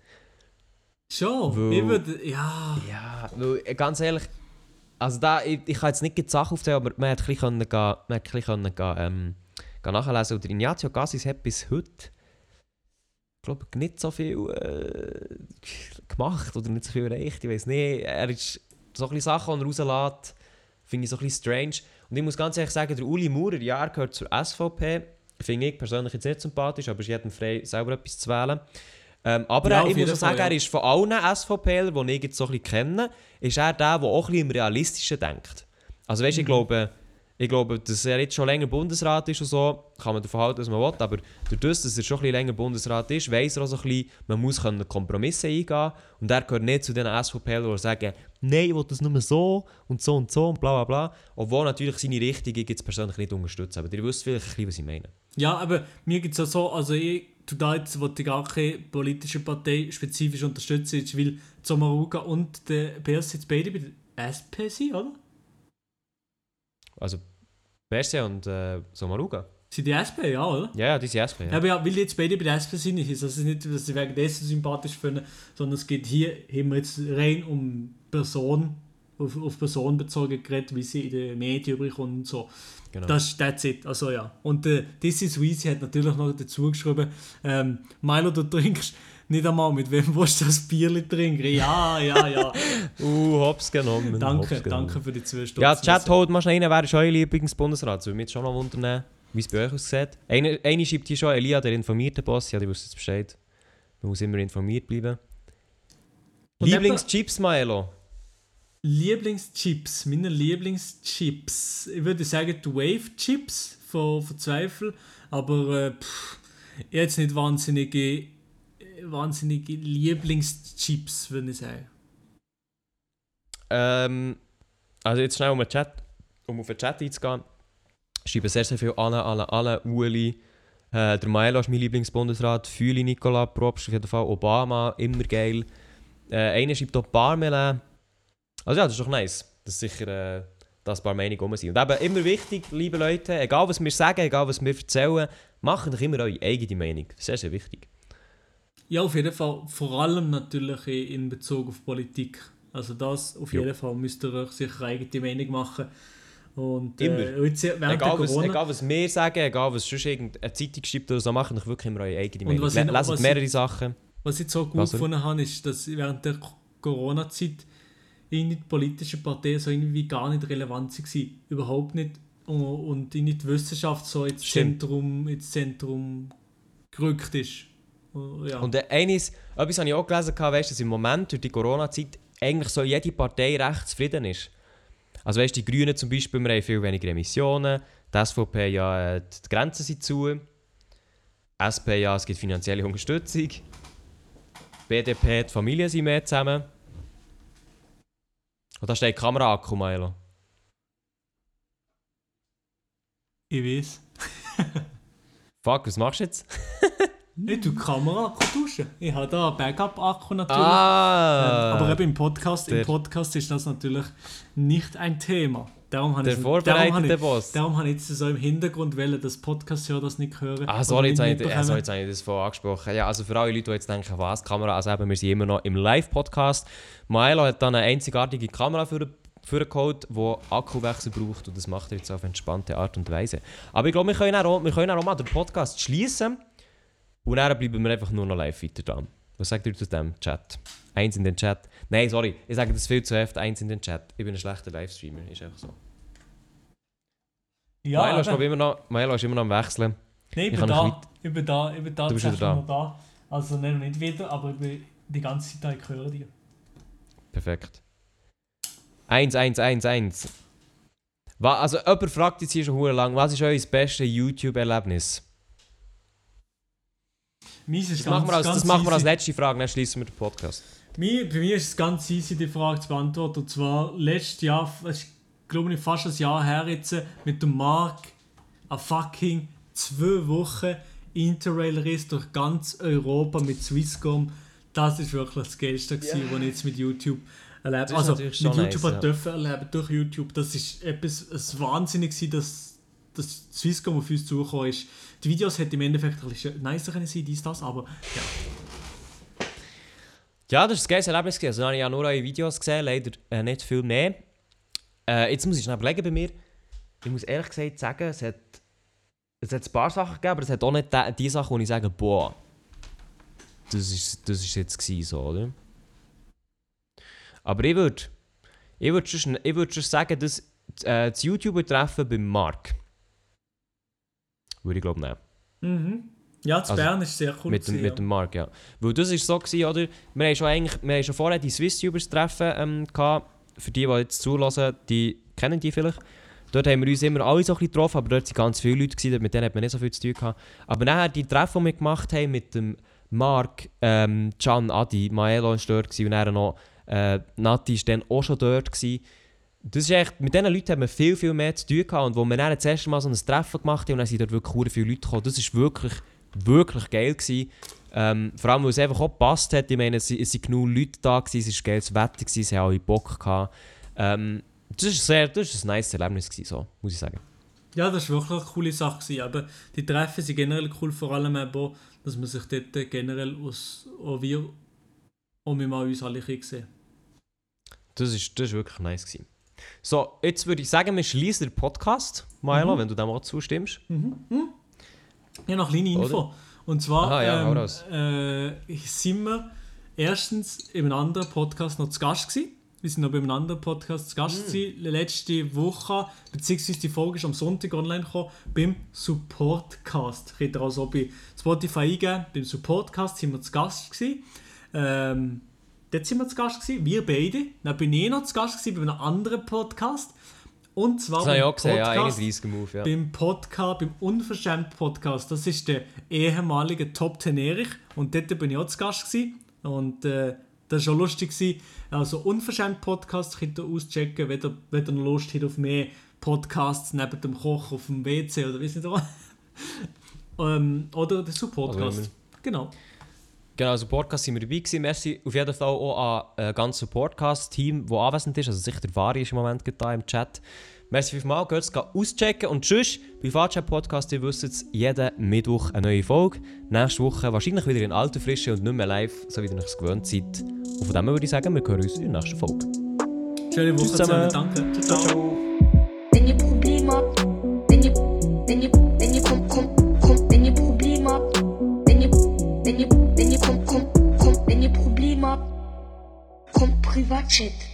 Schon? Weil- Ich würde, ja... Ja, weil, äh, ganz ehrlich, also da, ich, ich kann jetzt nicht die Sache aufzählen, aber man hat ein bisschen, können gehen, man hat ein bisschen können gehen, ähm, gehen nachlesen. Und der Ignazio Cassis hat bis heute, ich glaube, nicht so viel äh, gemacht oder nicht so viel erreicht. Ich weiß nicht, er ist so ein bisschen Sachen, die er rauslässt, finde ich so ein bisschen strange. Und ich muss ganz ehrlich sagen, der Uli Maurer, ja, er gehört zur S V P, finde ich persönlich jetzt nicht sympathisch, aber es ist jedem frei, selber etwas zu wählen. Ähm, aber Ja, er, auf ich muss jeden auch sagen, Fall, ja. er ist von allen SVPler, die ich jetzt so ein bisschen kenne, ist er der, der auch ein bisschen im Realistischen denkt. Also weißt, Mhm. ich glaube, ich glaube, dass er jetzt schon länger Bundesrat ist und so, kann man davon halten, was man will, aber durch das, dass er schon ein bisschen länger Bundesrat ist, weiss er auch so ein bisschen, man muss können Kompromisse eingehen und er gehört nicht zu den SVPler, die sagen, nein, ich will das nur so und so und so und bla bla bla, obwohl natürlich seine Richtung ich jetzt persönlich nicht unterstützen, aber ihr wisst vielleicht ein bisschen, was ich meine. Ja, aber mir gibt es ja so, also ich tu da jetzt, wo ich gar keine politische Partei spezifisch unterstützen, ist, weil Sommaruga und der P S jetzt beide bei der S P sind, oder? Also Berset und äh, Sommaruga. Sind die S P, ja, oder? Ja, ja, die sind S P, Ja. ja. Aber ja, weil die jetzt beide bei der S P sind, ist es nicht, dass sie wegen dessen sympathisch finden, sondern es geht hier, haben wir jetzt rein um Person, auf, auf Person bezogen geredet, wie sie in den Medien überkommt und so. Genau. Das ist that's it, also ja. Und äh, This is Weezy hat natürlich noch dazu geschrieben, ähm, Milo, du trinkst nicht einmal, mit wem willst du das Bierli trinken? Ja, ja, ja. Uh, hops genommen. Danke, hops genommen. danke für die zwei Stunden. Ja, Chat holt mal schnell rein, wer ist euer Lieblingsbundesrat? Das würde mich jetzt schon mal wundern, wie es bei euch aussieht. Eine, eine schreibt hier schon, Elia, der informierte Boss. Ja, die wusste jetzt Bescheid. Man muss immer informiert bleiben. Und Lieblingschips, Maelo? Lieblingschips, meine Lieblingschips. Ich würde sagen die Wave-Chips von, von Zweifel, aber äh, pff, jetzt nicht wahnsinnige, äh, wahnsinnige Lieblingschips, würde ich sagen. Ähm, also jetzt schnell um den Chat, um auf den Chat einzugehen. Schreiben sehr, sehr viel Anne, Anne, Anne, Ueli. Äh, der Maelo ist mein Lieblingsbundesrat. Füli Nicola, Probst, auf jeden Fall. Obama, immer geil. Äh, einer schreibt auch Barmelin. Also ja, das ist doch nice, dass sicher äh, dass ein paar Meinungen rum sind. Und eben immer wichtig, liebe Leute, egal was wir sagen, egal was wir erzählen, macht doch immer eure eigene Meinung. Sehr, sehr wichtig. Ja, auf jeden Fall, vor allem natürlich in Bezug auf Politik. Also das, auf Jo. jeden Fall müsst ihr euch sicher eine eigene Meinung machen. Und Immer. äh, jetzt, während Egal der was, Corona... egal was wir sagen, egal was sonst irgendeine Zeitung schreibt oder so, macht doch wirklich immer eure eigene Und Meinung. was ich- Le- Leset was mehrere Sachen. Was ich so gut Was, gefunden habe, ist, dass während der K- Corona-Zeit irgendwie die politischen Parteien so irgendwie gar nicht relevant waren. Überhaupt nicht. Und, und irgendwie die Wissenschaft so ins Stimmt. Zentrum, ins Zentrum gerückt ist. Ja. Und äh, eines, etwas habe ich auch gelesen, weißt, dass im Moment durch die Corona-Zeit eigentlich so jede Partei recht zufrieden ist. Also weißt, die Grünen zum Beispiel, wir haben viel weniger Emissionen, die S V P, ja, die Grenzen sind zu, S P, ja, es gibt finanzielle Unterstützung, B D P, die Familien sind mehr zusammen. Und da steht Kamera-Akku, Milo. Ich weiß. Fuck, was machst du jetzt? Ich tue Kamera-Akku tauschen. Ich habe da einen Backup-Akku natürlich. Ah! Ähm, aber eben im Podcast, im der- Podcast ist das natürlich nicht ein Thema. Darum habe Der ich, darum habe vorbereitete ich, Boss. darum habe ich jetzt so im Hintergrund wollen, dass Podcast-Hörer das nicht hören. Ah, oder sorry, jetzt nicht habe ich, äh, mitbekommen. sorry, jetzt habe ich das vorhin angesprochen. Ja, also für alle Leute, die jetzt denken, was, Kamera, also eben, wir sind immer noch im Live-Podcast. Maelo hat dann eine einzigartige Kamera für vorgeholt, die Akkuwechsel braucht und das macht er jetzt auf entspannte Art und Weise. Aber ich glaube, wir können auch, wir können auch mal den Podcast schließen und dann bleiben wir einfach nur noch live weiter dran. Was sagt ihr zu dem Chat? Eins in den Chat. Nein, sorry, ich sage das viel zu oft, eins in den Chat. Ich bin ein schlechter Livestreamer, ist einfach so. Ja, Maelo ist, eben. glaube ich, immer noch, Maelo ist immer noch am Wechseln. Nein, ich Ich bin kann noch da. Ich bin da. Ich bin da. Du bist wieder da. Noch da. Also nicht, noch nicht wieder, aber ich bin die ganze Zeit da, ich höre dir. Perfekt. Eins, eins, eins, eins. Wa- Also, jemand fragt jetzt hier schon hure lang, was ist euer bestes YouTube-Erlebnis? Meins ist Das, ganz, machen wir als, ganz das machen wir als easy. letzte Frage, dann schließen wir den Podcast. Mir, bei mir ist es ganz easy, die Frage zu beantworten. Und zwar letztes Jahr, es ist, glaube ich, fast ein Jahr her jetzt, mit dem Marc eine fucking zwei Wochen Interrail-Riss durch ganz Europa mit Swisscom. Das ist wirklich das Geilste, yeah. was ich jetzt mit YouTube erlebt Das ist Also mit natürlich schon YouTube nice, nice, dürfen erleben durch YouTube. Das ist etwas ein Wahnsinnig gewesen, dass, dass Swisscom auf uns zugekommen ist. Die Videos hätten im Endeffekt ein bisschen nicer können sein, dies, das, aber ja. Ja, das war ein geiles Erlebnis. Also, dann habe ich ja nur eure Videos gesehen, leider äh, nicht viel mehr. Äh, jetzt muss ich schnell überlegen bei mir. Ich muss ehrlich gesagt sagen, es hat, es hat ein paar Sachen gegeben, aber es hat auch nicht die, die Sachen, wo ich sage, boah, das ist, das ist jetzt gewesen, so, oder? Aber ich würde ich würd schon, ich würd schon sagen, dass äh, das YouTuber-Treffen beim Marc würde ich glaube nehmen. Mhm. Ja, zu Also, Bern ist sehr cool. Mit dem, gewesen, mit dem Marc, ja. Weil das war so, gewesen, oder? Wir haben schon, eigentlich, wir haben schon vorher die Swiss-Tubers-Treffen ähm, gehabt. Für die, die jetzt zulassen, die kennen die vielleicht. Dort haben wir uns immer alle so ein bisschen getroffen, aber dort waren ganz viele Leute, gewesen, mit denen hat man nicht so viel zu tun gehabt. Aber nachher die Treffen, die wir gemacht haben mit dem Marc, ähm, Can, Adi, Maelo war dort gewesen, und dann noch äh, Nati war dann auch schon dort gewesen. Das ist echt, mit diesen Leuten haben wir viel, viel mehr zu tun gehabt. Und als wir dann das erste Mal so ein Treffen gemacht haben, und dann sind dort wirklich viele Leute gekommen, das war wirklich, wirklich geil gewesen. Ähm, vor allem, weil es einfach auch gepasst hat. Ich meine, es, es waren genug Leute da, gewesen, es war geiles Wetter, gewesen, sie haben alle Bock gehabt. Ähm, das war sehr, das war ein nice Erlebnis gewesen, so, muss ich sagen. Ja, das war wirklich eine coole Sache gewesen. Aber die Treffen sind generell cool, vor allem eben, dass man sich dort generell aus, auch wir und wir mal uns alle sehen. Das ist, das ist wirklich nice gewesen. So, jetzt würde ich sagen, wir schließen den Podcast, Milo, Mhm. wenn du dem auch zustimmst. Mhm. Mhm. Ja, noch eine kleine Info. Oder? Und zwar Aha, ja, hau ähm, raus. äh, sind wir erstens in einem anderen Podcast noch zu Gast gewesen. Wir sind noch bei einem anderen Podcast zu Gast gewesen, letzte Woche, beziehungsweise die Folge ist am Sonntag online gekommen, beim Supportcast. Könnt ihr also bei Spotify eingeben, beim Supportcast sind wir zu Gast gewesen. Ähm, dort sind wir zu Gast gewesen, wir beide. Dann bin ich noch zu Gast gewesen bei einem anderen Podcast. Und zwar Das habe ich beim auch gesehen, ja, Podcast- einunddreißig Move, ja. beim Podcast, beim Unverschämt Podcast. Das ist der ehemalige Top Ten Erich und dort bin ich auch zu Gast gewesen. Und äh, das war schon lustig gewesen. Also Unverschämt Podcast könnt ihr auschecken, wenn ihr, wenn ihr noch Lust habt auf mehr Podcasts neben dem Koch auf dem W C oder weiss nicht was. ähm, oder der Support-Podcast. Also, Genau. Genau, also Podcast sind wir dabei gewesen. Merci auf jeden Fall auch an ein ganzes Podcast-Team, das anwesend ist. Also sicher der Vari ist im Moment da im Chat. Merci fünfmal, geht es auschecken. Und tschüss, bei Fahrchat Podcast, ihr wisst es, jeden Mittwoch eine neue Folge. Nächste Woche wahrscheinlich wieder in alter Frische und nicht mehr live, so wie ihr es gewöhnt seid. Und von dem würde ich sagen, wir hören uns in der nächsten Folge. Schöne Woche Tschüss zusammen. zusammen. Danke. Ciao, ciao. Wenn ihr Probleme habt, wenn ihr, wenn ihr, wenn ihr kommt, kommt, kommt, wenn ihr Probleme habt, wenn ihr, wenn ihr, wenn ihr kommt, kommt, kommt, wenn ihr Probleme habt, kommt Privatchat.